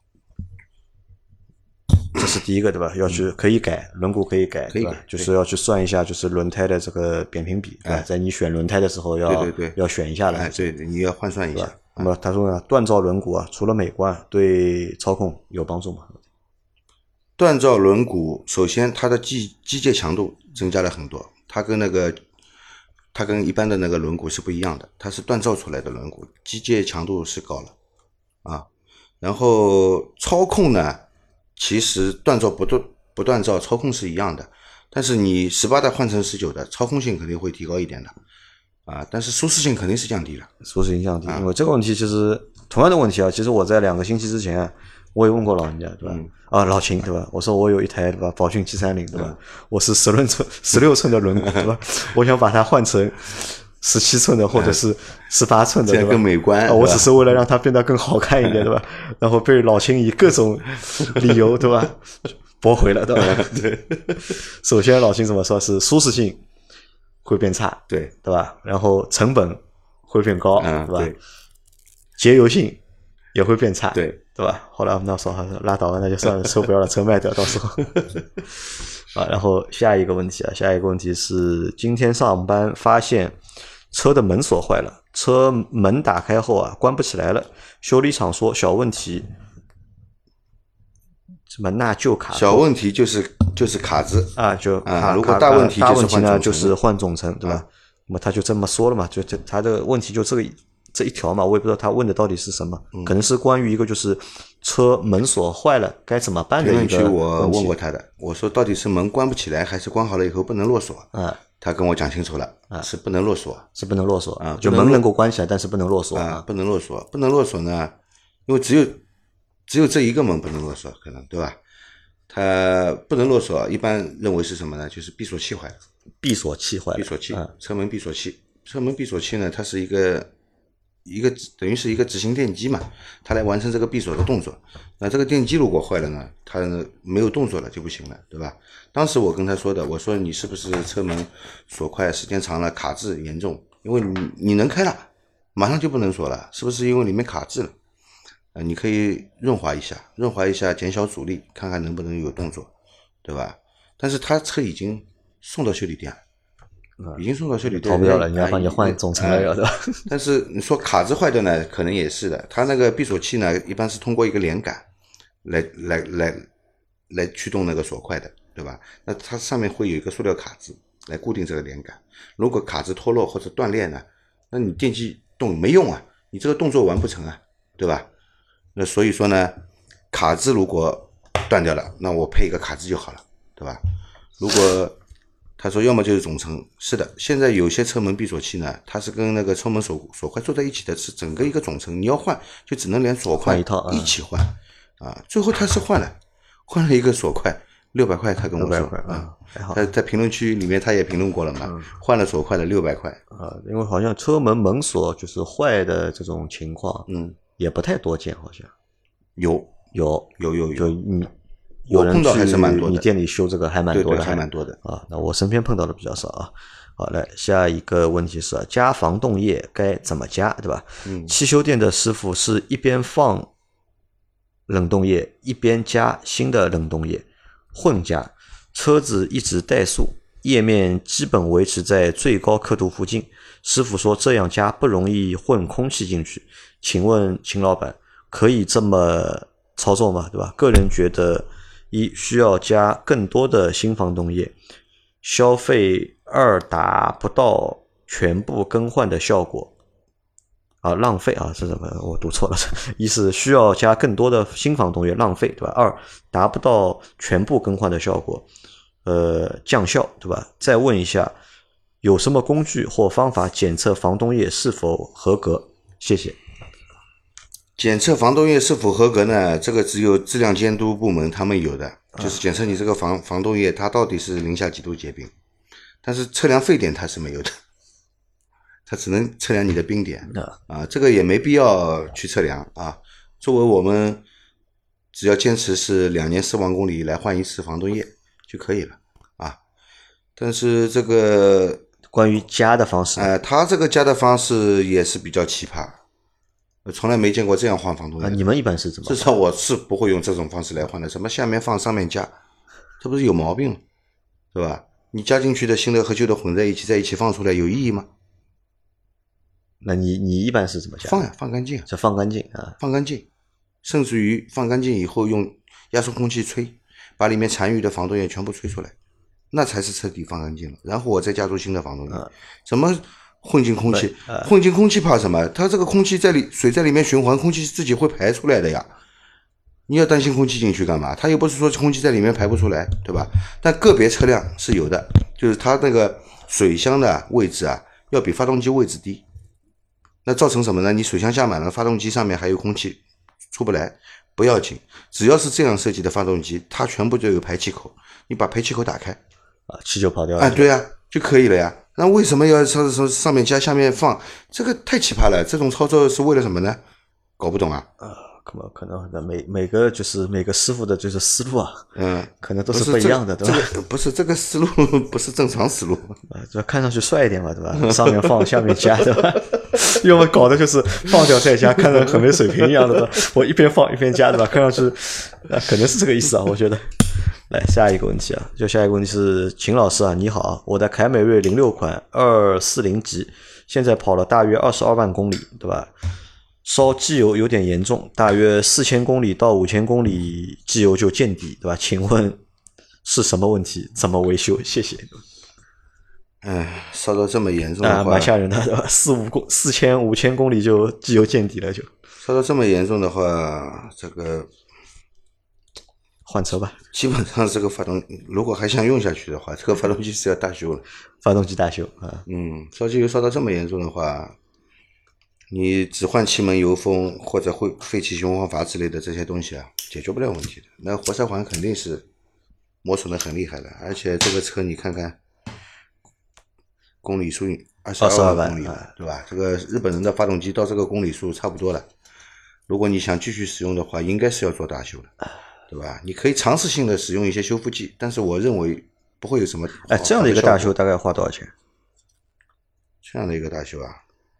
这是第一个，对吧？要去可以改轮毂，可以改，对吧？就是要去算一下，就是轮胎的这个扁平比，对吧？在你选轮胎的时候要选一下的， 对，你要换算一下。 那么他说呢，锻造轮毂除了美观，对操控有帮助吗？ 锻造轮毂，首先它的机械强度增加了很多，它跟一般的那个轮毂是不一样的，它是锻造出来的轮毂，机械强度是高了然后操控呢，其实锻造不锻造操控是一样的，但是你18的换成19的，操控性肯定会提高一点的但是舒适性肯定是降低了， 舒适性降低。因为这个问题其实同样的问题其实我在2个星期之前我也问过老人家，对吧？老秦，对吧？我说我有一台，对吧？宝骏730，对吧？我是16寸的轮毂，对吧？我想把它换成17寸的或者是18寸的， 这样更美观我只是为了让它变得更好看一点，对吧？然后被老秦以各种理由，对吧？驳回了，对吧？ 对。 首先老秦怎么说？是舒适性会变差， 对吧？然后成本会变高，对吧？ 对。 节油性也会变差， 对吧？后来我们那时候拉倒了，那就算了，车不要了，车卖掉，到时候然后下一个问题是今天上班发现车的门锁坏了，车门打开后关不起来了，修理厂说小问题，什么那就卡， 小问题就是卡子如果大问题就是换总成，对吧？那么他就这么说了嘛，就他的问题就这一条嘛，我也不知道他问的到底是什么，可能是关于一个就是车门锁坏了该怎么办的一个问题。 我问过他的，我说到底是门关不起来还是关好了以后不能落锁他跟我讲清楚了是不能落锁，就门能够关起来，但是不能落锁不能落锁呢，因为只有这一个门不能落锁，可能对吧？它不能落锁，一般认为是什么呢？就是闭锁器坏了， 闭锁器， 车门闭锁器呢，它是一个等于是一个执行电机嘛，它来完成这个闭锁的动作。那这个电机如果坏了呢，它没有动作了就不行了，对吧？当时我跟他说的，我说你是不是车门锁块时间长了卡滞严重？因为你能开了，马上就不能锁了，是不是因为里面卡滞了？你可以润滑一下，减小阻力，看看能不能有动作，对吧？但是他车已经送到修理店了，已经送到修理店， 逃不掉了，人家帮你换总成了，对吧？ 但是你说卡滞坏的呢，可能也是的。它那个闭锁器呢，一般是通过一个连杆来驱动那个锁块的，对吧？那它上面会有一个塑料卡子来固定这个连杆。如果卡子脱落或者断裂呢，那你电机动没用啊，你这个动作完不成啊，对吧？那所以说呢，卡子如果断掉了，那我配一个卡子就好了，对吧？如果他说要么就是总成，是的，现在有些车门闭锁器呢，它是跟那个车门锁块做在一起的，是整个一个总成，你要换就只能连锁块一起换啊。最后他是换了一个锁块，600块，他跟我说啊，他在评论区里面他也评论过了嘛，换了锁块的600块啊，因为好像车门门锁就是坏的这种情况，也不太多见，好像有， 就有人碰到还是蛮多的， 你店里修这个还蛮多的， 对，还蛮多的啊。那我身边碰到的比较少啊。好，来下一个问题是加防冻液该怎么加，对吧？汽修店的师傅是一边放冷冻液一边加新的冷冻液混加，车子一直怠速，液面基本维持在最高刻度附近。师傅说这样加不容易混空气进去，请问秦老板可以这么操作吗？对吧？个人觉得需要加更多的新防冻液，消费2达不到全部更换的效果啊，浪费啊，是什么？我读错了，一是需要加更多的新防冻液，浪费，对吧？2达不到全部更换的效果，降效，对吧？再问一下，有什么工具或方法检测防冻液是否合格？谢谢。 检测防冻液是否合格呢？这个只有质量监督部门他们有的，就是检测你这个防冻液它到底是零下几度结冰。但是测量沸点它是没有的，它只能测量你的冰点啊，这个也没必要去测量啊。作为我们只要坚持是2年4万公里来换一次防冻液就可以了啊。但是这个关于加的方式， 它这个加的方式也是比较奇葩。从来没见过这样换防冻液你们一般是怎么？ 至少我是不会用这种方式来换的。什么下面放上面加，这不是有毛病，对吧？你加进去的新的和旧的混在一起放出来有意义吗？ 那你一般是怎么加？ 放干净， 这放干净啊， 放干净，甚至于放干净以后用压缩空气吹，把里面残余的防冻液全部吹出来，那才是彻底放干净了。然后我再加入新的防冻液，什么？混进空气，混进空气怕什么？它这个空气水在里面循环，空气自己会排出来的呀。你要担心空气进去干嘛？它又不是说空气在里面排不出来，对吧？但个别车辆是有的，就是它那个水箱的位置啊，要比发动机位置低。那造成什么呢？你水箱下满了，发动机上面还有空气出不来，不要紧，只要是这样设计的发动机，它全部就有排气口，你把排气口打开， 气就跑掉了。 对啊，就可以了呀。那为什么要上面加下面放？这个太奇葩了！这种操作是为了什么呢？搞不懂啊！ 可能每个师傅的就是思路啊，可能都是不一样的，对吧？ 不是这个思路，不是正常思路就看上去帅一点嘛，对吧？上面放，下面加，对吧？要么搞的就是放掉再加，看着很没水平一样的，我一边放一边加，对吧？看上去可能是这个意思啊，我觉得。来下一个问题啊，下一个问题是秦老师啊，你好，我的凯美瑞06款240级，现在跑了大约22万公里，对吧？烧机油有点严重，大约4000公里到5000公里机油就见底，对吧？请问是什么问题？怎么维修？谢谢。 烧到这么严重的话， 蛮吓人的，对吧？4000、5000公里就机油见底了，就烧到这么严重的话，这个换车吧。 基本上这个如果还想用下去的话，这个发动机是要大修了。 发动机大修啊。 烧机油烧到这么严重的话，你只换气门油封或者废气循环阀之类的这些东西啊，解决不了问题的。那活塞环肯定是磨损的很厉害的，而且这个车你看看， 公里数 22 万公里了，对吧？这个日本人的发动机到这个公里数差不多了。如果你想继续使用的话，应该是要做大修的，对吧？你可以尝试性的使用一些修复剂，但是我认为不会有什么。 这样的一个大修大概花多少钱？ 这样的一个大修啊，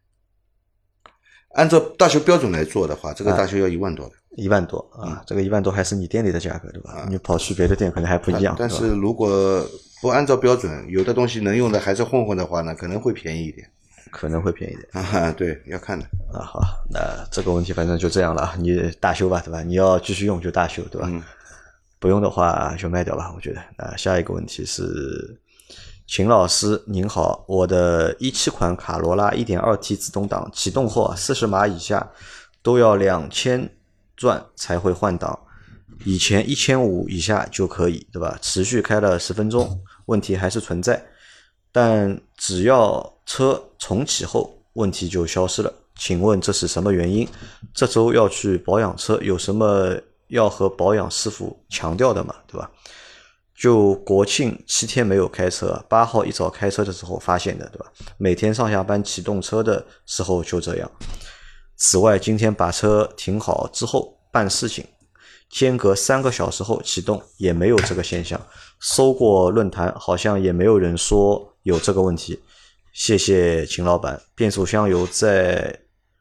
按照大修标准来做的话，这个大修要1万多的。 1万多啊，这个1万多还是你店里的价格，对吧？你跑去别的店可能还不一样。 但是如果不按照标准，有的东西能用的还是混混的话呢，可能会便宜一点。 可能会便宜点对，要看的好，那这个问题反正就这样了，你大修吧，对吧？你要继续用就大修，对吧？不用的话就卖掉吧，我觉得。下一个问题是，秦老师您好，我的17款卡罗拉 1.2T 自动挡启动后40码以下都要2000转才会换挡，以前1500以下就可以，对吧？持续开了10分钟，问题还是存在。但只要车重启后，问题就消失了。请问这是什么原因？这周要去保养车，有什么要和保养师傅强调的吗？对吧？就国庆7天没有开车，8号一早开车的时候发现的，对吧？每天上下班启动车的时候就这样。此外，今天把车停好之后办事情，间隔3个小时后启动，也没有这个现象。搜过论坛，好像也没有人说有这个问题。谢谢秦老板。变速箱油在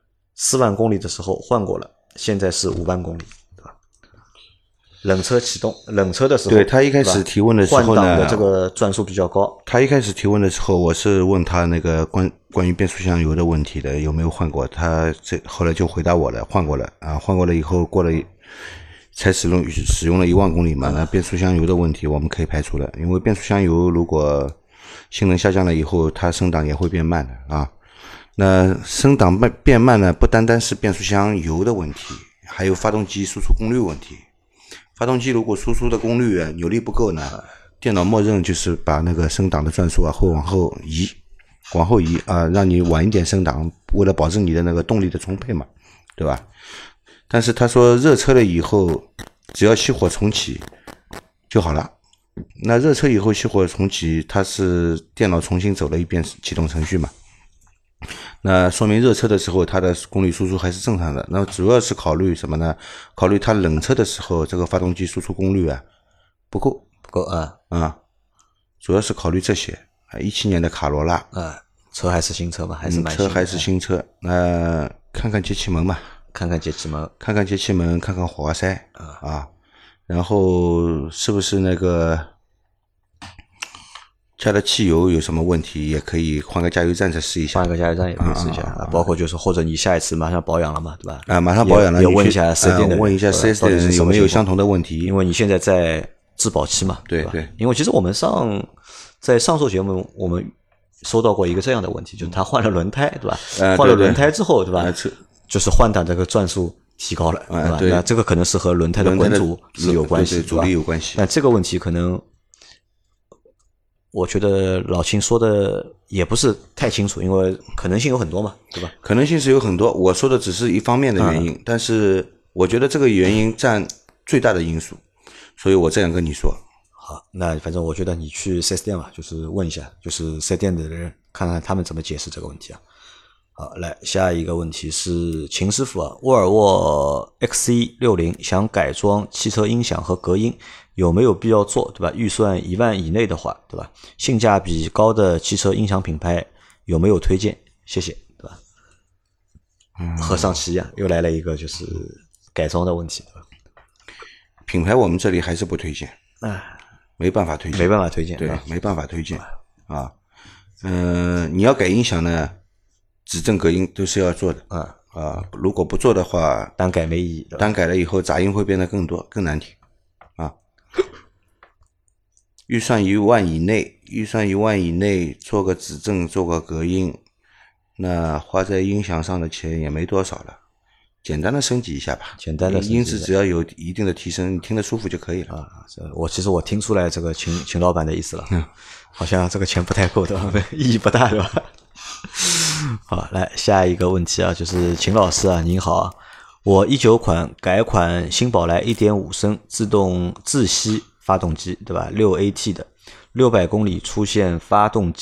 4万公里的时候换过了，现在是5万公里，对吧？冷车启动，冷车的时候， 对，他一开始提问的时候呢， 换挡的这个转速比较高。 他一开始提问的时候，我是问他那个关于变速箱油的问题的，有没有换过？他后来就回答我了，换过了啊，换过了以后过了。才使用了1万公里嘛，那变速箱油的问题我们可以排除了，因为变速箱油如果性能下降了以后，它升档也会变慢的啊。那升档变慢呢，不单单是变速箱油的问题，还有发动机输出功率问题。发动机如果输出的功率扭力不够呢，电脑默认就是把那个升档的转速会往后移啊，让你晚一点升档，为了保证你的那个动力的充沛嘛，对吧？但是他说热车了以后，只要熄火重启就好了。那热车以后熄火重启，它是电脑重新走了一遍启动程序嘛？那说明热车的时候它的功率输出还是正常的。那主要是考虑什么呢？考虑它冷车的时候这个发动机输出功率不够主要是考虑这些。17年的卡罗拉车还是新车吧？还是蛮新的。 车还是新车。那看看节气门嘛。 看看节气门， 看看火花塞然后是不是那个加的汽油有什么问题，也可以换个加油站再试一下。 换个加油站也可以试一下包括就是或者你下一次马上保养了嘛，对吧？ 马上保养了， 也问一下4S店的人， 问一下4S店人有没有相同的问题， 因为你现在在质保期嘛， 对吧？因为其实我们在上周节目我们收到过一个这样的问题，就是他换了轮胎，对吧？换了轮胎之后，对吧？就是换挡这个转速提高了，对吧？那这个可能是和轮胎的滚阻是有关系， 对，阻力有关系。 但这个问题可能，我觉得老秦说的也不是太清楚，因为可能性有很多嘛，对吧？ 可能性是有很多，我说的只是一方面的原因，但是我觉得这个原因占最大的因素，所以我这样跟你说。 好，那反正我觉得你去 4S 店嘛，就是问一下，就是 4S 店的人看看他们怎么解释这个问题好，来下一个问题是秦师傅沃尔沃 XC60 想改装汽车音响和隔音，有没有必要做，对吧？预算1万以内的话，对吧？性价比高的汽车音响品牌有没有推荐？谢谢，对吧？和上期一样，又来了一个就是改装的问题，对吧？ 品牌我们这里还是不推荐，没办法推荐，对，没办法推荐你要改音响呢，指正隔音都是要做的如果不做的话， 单改没意义， 单改了以后杂音会变得更多更难听预算1万以内做个指正做个隔音，那花在音响上的钱也没多少了，简单的升级一下吧，音质只要有一定的提升，你听得舒服就可以了其实我听出来这个秦老板的意思了好像这个钱不太够的意义不大，对吧？好，来下一个问题就是秦老师您好我19款改款新宝来 1.5 升自动自吸发动机，对吧？ 6AT 的600公里出现发动机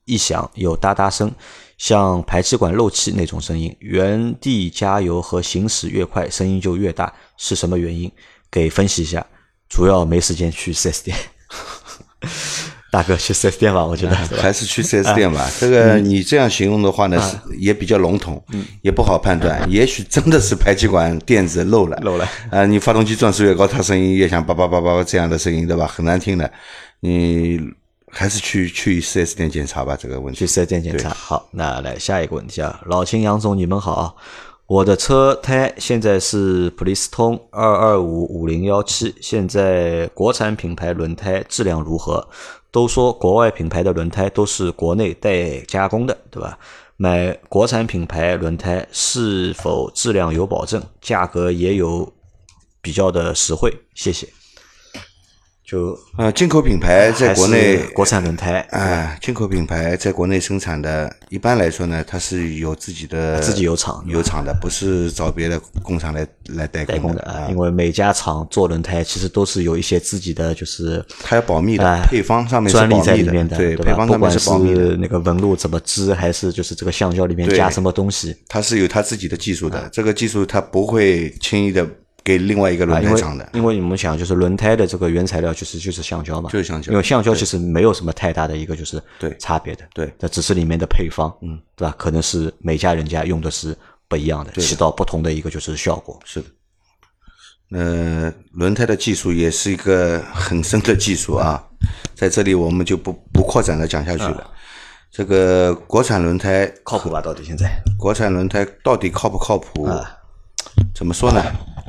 异响，有哒哒声，像排气管漏气那种声音。原地加油和行驶越快，声音就越大，是什么原因？给分析一下。主要没时间去 4S 店。大哥去 4S 店吧，我觉得还是去 4S 店吧。这个你这样形容的话呢，也比较笼统，也不好判断。也许真的是排气管垫子漏了，你发动机转速越高，它声音越像叭叭叭叭这样的声音，对吧？很难听的。你还是去 4S 店检查吧，这个问题。 去 4S 店检查。好，那来下一个问题啊，老秦杨总，你们好啊。我的车胎现在是普利司通2255017，现在国产品牌轮胎质量如何？都说国外品牌的轮胎都是国内代加工的，对吧？买国产品牌轮胎是否质量有保证？价格也有比较的实惠？谢谢。就进口品牌在国内国产轮胎进口品牌在国内生产的，一般来说呢，它是有自己有厂的，不是找别的工厂来代工的因为每家厂做轮胎其实都是有一些自己的，就是它要保密的，配方上面是专利在里面的， 对，配方上面是保密的。 那个纹路怎么织，还是就是这个橡胶里面加什么东西， 它是有它自己的技术的，这个技术它不会轻易的给另外一个轮胎厂的， 因为你们想，就是轮胎的这个原材料就是橡胶嘛， 就是橡胶， 因为橡胶其实没有什么太大的一个就是差别的， 对， 这只是里面的配方，对吧？可能是每家人家用的是不一样的，起到不同的一个就是效果。 是的，轮胎的技术也是一个很深的技术啊，在这里我们就不扩展的讲下去了。这个国产轮胎靠谱吧？到底现在国产轮胎到底靠不靠谱？怎么说呢？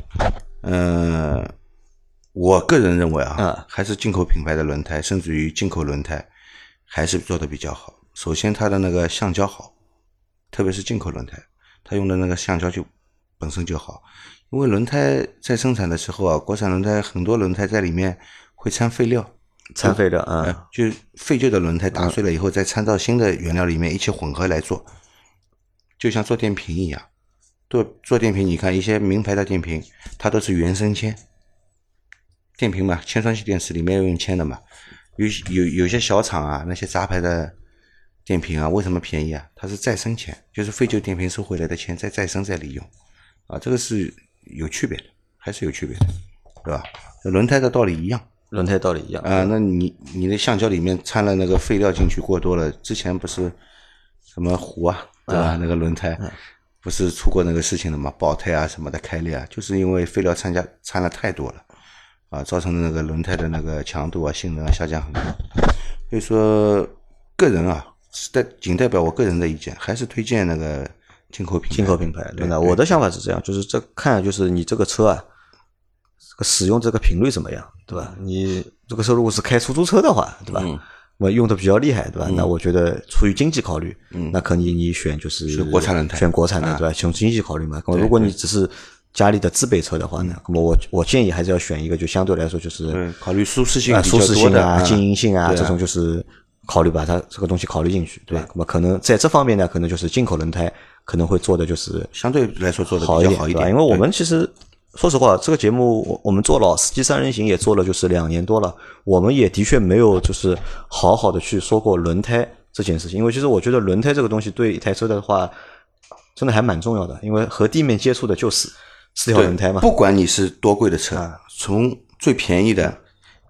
我个人认为还是进口品牌的轮胎，甚至于进口轮胎还是做的比较好。首先它的那个橡胶好，特别是进口轮胎，它用的那个橡胶就本身就好。因为轮胎在生产的时候国产轮胎很多轮胎在里面会掺废料，就废旧的轮胎打碎了以后，再掺到新的原料里面一起混合来做，就像做电瓶一样。做电瓶，你看一些名牌的电瓶，它都是原生铅电瓶嘛，铅酸系电池里面要用铅的嘛。有些小厂那些杂牌的电瓶为什么便宜它是再生铅，就是废旧电瓶收回来的铅再生再利用这个是有区别的，还是有区别的，对吧？轮胎的道理一样，那你的橡胶里面掺了那个废料进去过多了，之前不是什么湖对吧？那个轮胎不是出过那个事情的吗？爆胎什么的开裂就是因为废料掺了太多了造成的那个轮胎的那个强度性能下降很多。所以说个人仅代表我个人的意见，还是推荐那个进口品牌。 对，我的想法是这样，就是看就是你这个车使用这个频率怎么样，对吧？你这个车如果是开出租车的话，对吧？我用的比较厉害，对吧？那我觉得出于经济考虑，那肯定你选就是国产轮胎， 选国产的，对吧？从经济考虑嘛。如果你只是家里的自备车的话呢，那么我建议还是要选一个就相对来说就是考虑舒适性经营性这种就是考虑把它这个东西考虑进去，对吧？那么可能在这方面呢，可能就是进口轮胎可能会做的就是相对来说做的好一点， 因为我们其实。说实话，这个节目我们做老司机三人行也做了就是2年多了，我们也的确没有就是好好的去说过轮胎这件事情，因为其实我觉得轮胎这个东西对一台车的话真的还蛮重要的，因为和地面接触的就是4条轮胎嘛。 不管你是多贵的车，从最便宜的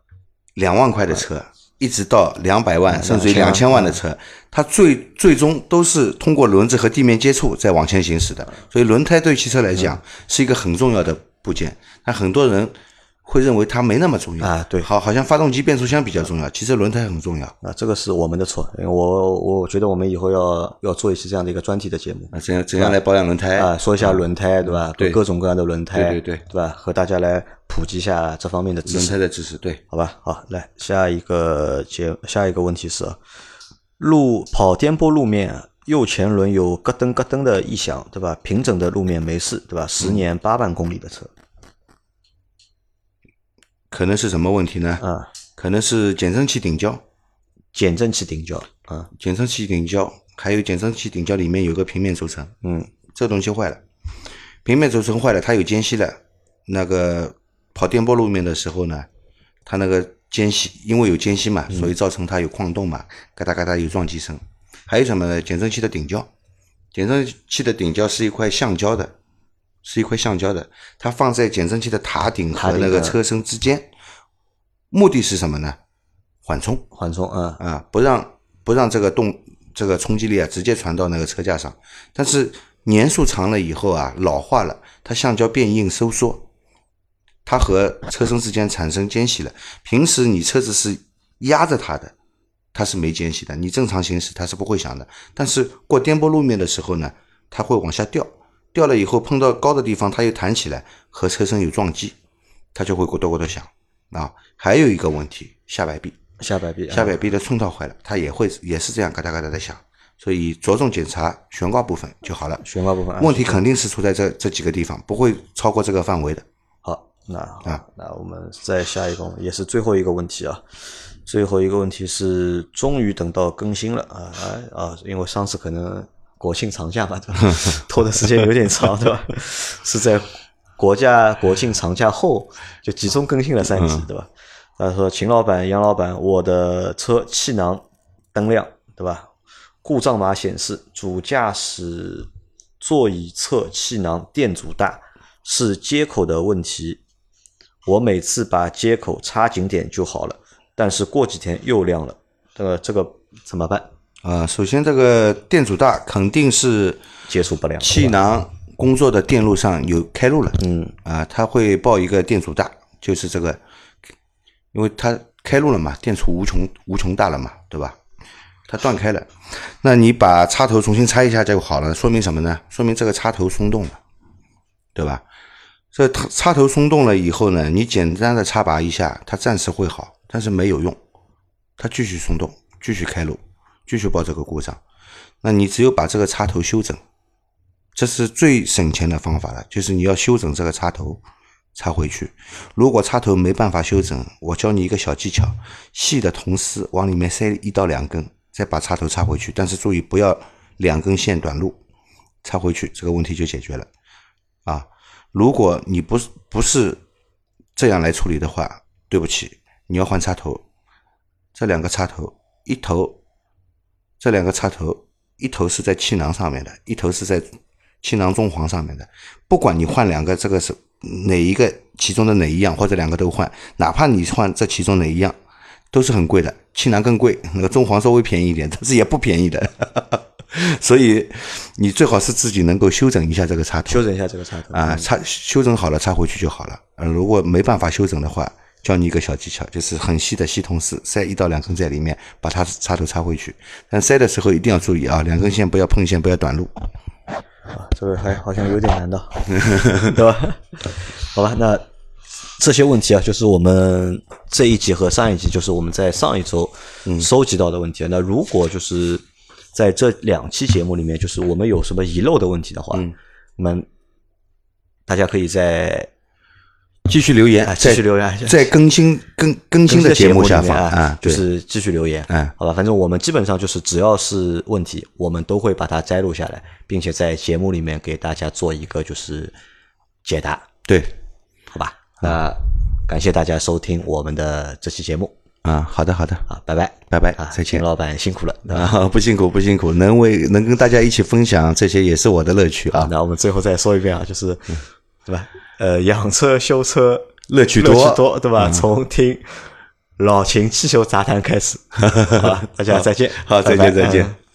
2万块的车一直到200万甚至于2000万的车，它最终都是通过轮子和地面接触再往前行驶的。所以轮胎对汽车来讲是一个很重要的部件，但很多人会认为它没那么重要对， 好像发动机变速箱比较重要，其实轮胎很重要这个是我们的错，因为我觉得我们以后要做一期这样的一个专题的节目怎样来保养轮胎说一下轮胎对吧？ 对， 各种各样的轮胎对吧？和大家来普及一下这方面的知识， 轮胎的知识，对， 好吧？好，来下一个问题是跑颠簸路面右前轮有咯噔咯噔的异响，对吧？平整的路面没事，对吧？10年8万公里的车， 可能是什么问题呢？可能是减震器顶胶， 减震器顶胶， 减震器顶胶，还有减震器顶胶里面有个平面轴承，这东西坏了，平面轴承坏了，它有间隙了，那个跑颠簸路面的时候呢，它那个间隙因为有间隙嘛，所以造成它有晃动嘛，嘎哒嘎哒有撞击声。 还有什么呢？减震器的顶胶，减震器的顶胶是一块橡胶的，它放在减震器的塔顶和那个车身之间，目的是什么呢？缓冲，不让这个冲击力啊直接传到那个车架上。但是年数长了以后啊，老化了，它橡胶变硬收缩，它和车身之间产生间隙了。平时你车子是压着它的，它是没间隙的，你正常行驶它是不会响的。但是过颠簸路面的时候呢，它会往下掉了以后碰到高的地方它又弹起来，和车身有撞击，它就会咕咚咕咚响啊。还有一个问题，下摆臂的寸套坏了，它也是这样嘎哒嘎哒的响。所以着重检查悬挂部分就好了。问题肯定是出在这几个地方，不会超过这个范围的。 好，那我们再下一个，也是最后一个问题啊。最后一个问题是，终于等到更新了因为上次可能国庆长假嘛，对吧？拖的时间有点长，对吧？是在国庆长假后就集中更新了3集，对吧？他说：“秦老板、杨老板，我的车气囊灯亮，对吧？故障码显示主驾驶座椅侧气囊电阻大，是接口的问题。我每次把接口插紧点就好了，但是过几天又亮了，这个怎么办？” 首先这个电阻大肯定是接触不良， 气囊工作的电路上有开路了。它会报一个电阻大，就是这个，因为它开路了嘛，电阻无穷大了嘛，对吧？它断开了，那你把插头重新插一下就好了，说明什么呢？说明这个插头松动了，对吧？这插头松动了以后呢，你简单的插拔一下，它暂时会好，但是没有用，它继续松动，继续开路，继续报这个故障。那你只有把这个插头修整，这是最省钱的方法了，就是你要修整这个插头插回去。如果插头没办法修整，我教你一个小技巧，细的铜丝往里面塞1到2根，再把插头插回去，但是注意不要2根线短路，插回去这个问题就解决了如果你不是这样来处理的话，对不起，你要换插头。这两个插头一头是在气囊上面的，一头是在气囊中环上面的。不管你换两个，这个是哪一个其中的哪一样，或者两个都换，哪怕你换这其中哪一样都是很贵的，气囊更贵，那个中环稍微便宜一点，但是也不便宜的所以你最好是自己能够修整一下这个插头， 修整好了插回去就好了。如果没办法修整的话，教你一个小技巧，就是很细的细铜丝塞1到2根在里面，把它插头插回去。但塞的时候一定要注意2根线不要碰线，不要短路。 这个还好像有点难的对吧？好吧，那这些问题就是我们这一集和上一集，就是我们在上一周收集到的问题。那如果就是在这2期节目里面，就是我们有什么遗漏的问题的话，我们大家可以再继续留言，在更新的节目下方就是继续留言，好吧，反正我们基本上就是只要是问题，我们都会把它摘录下来，并且在节目里面给大家做一个就是解答， 对， 好吧，那感谢大家收听我们的这期节目。 好的， 拜拜， 再见。 秦老板辛苦了不辛苦，能跟大家一起分享这些也是我的乐趣那我们最后再说一遍就是对吧？养车修车乐趣多， 对吧？从听老秦汽修杂谈开始，好吧，大家再见。 好，再见。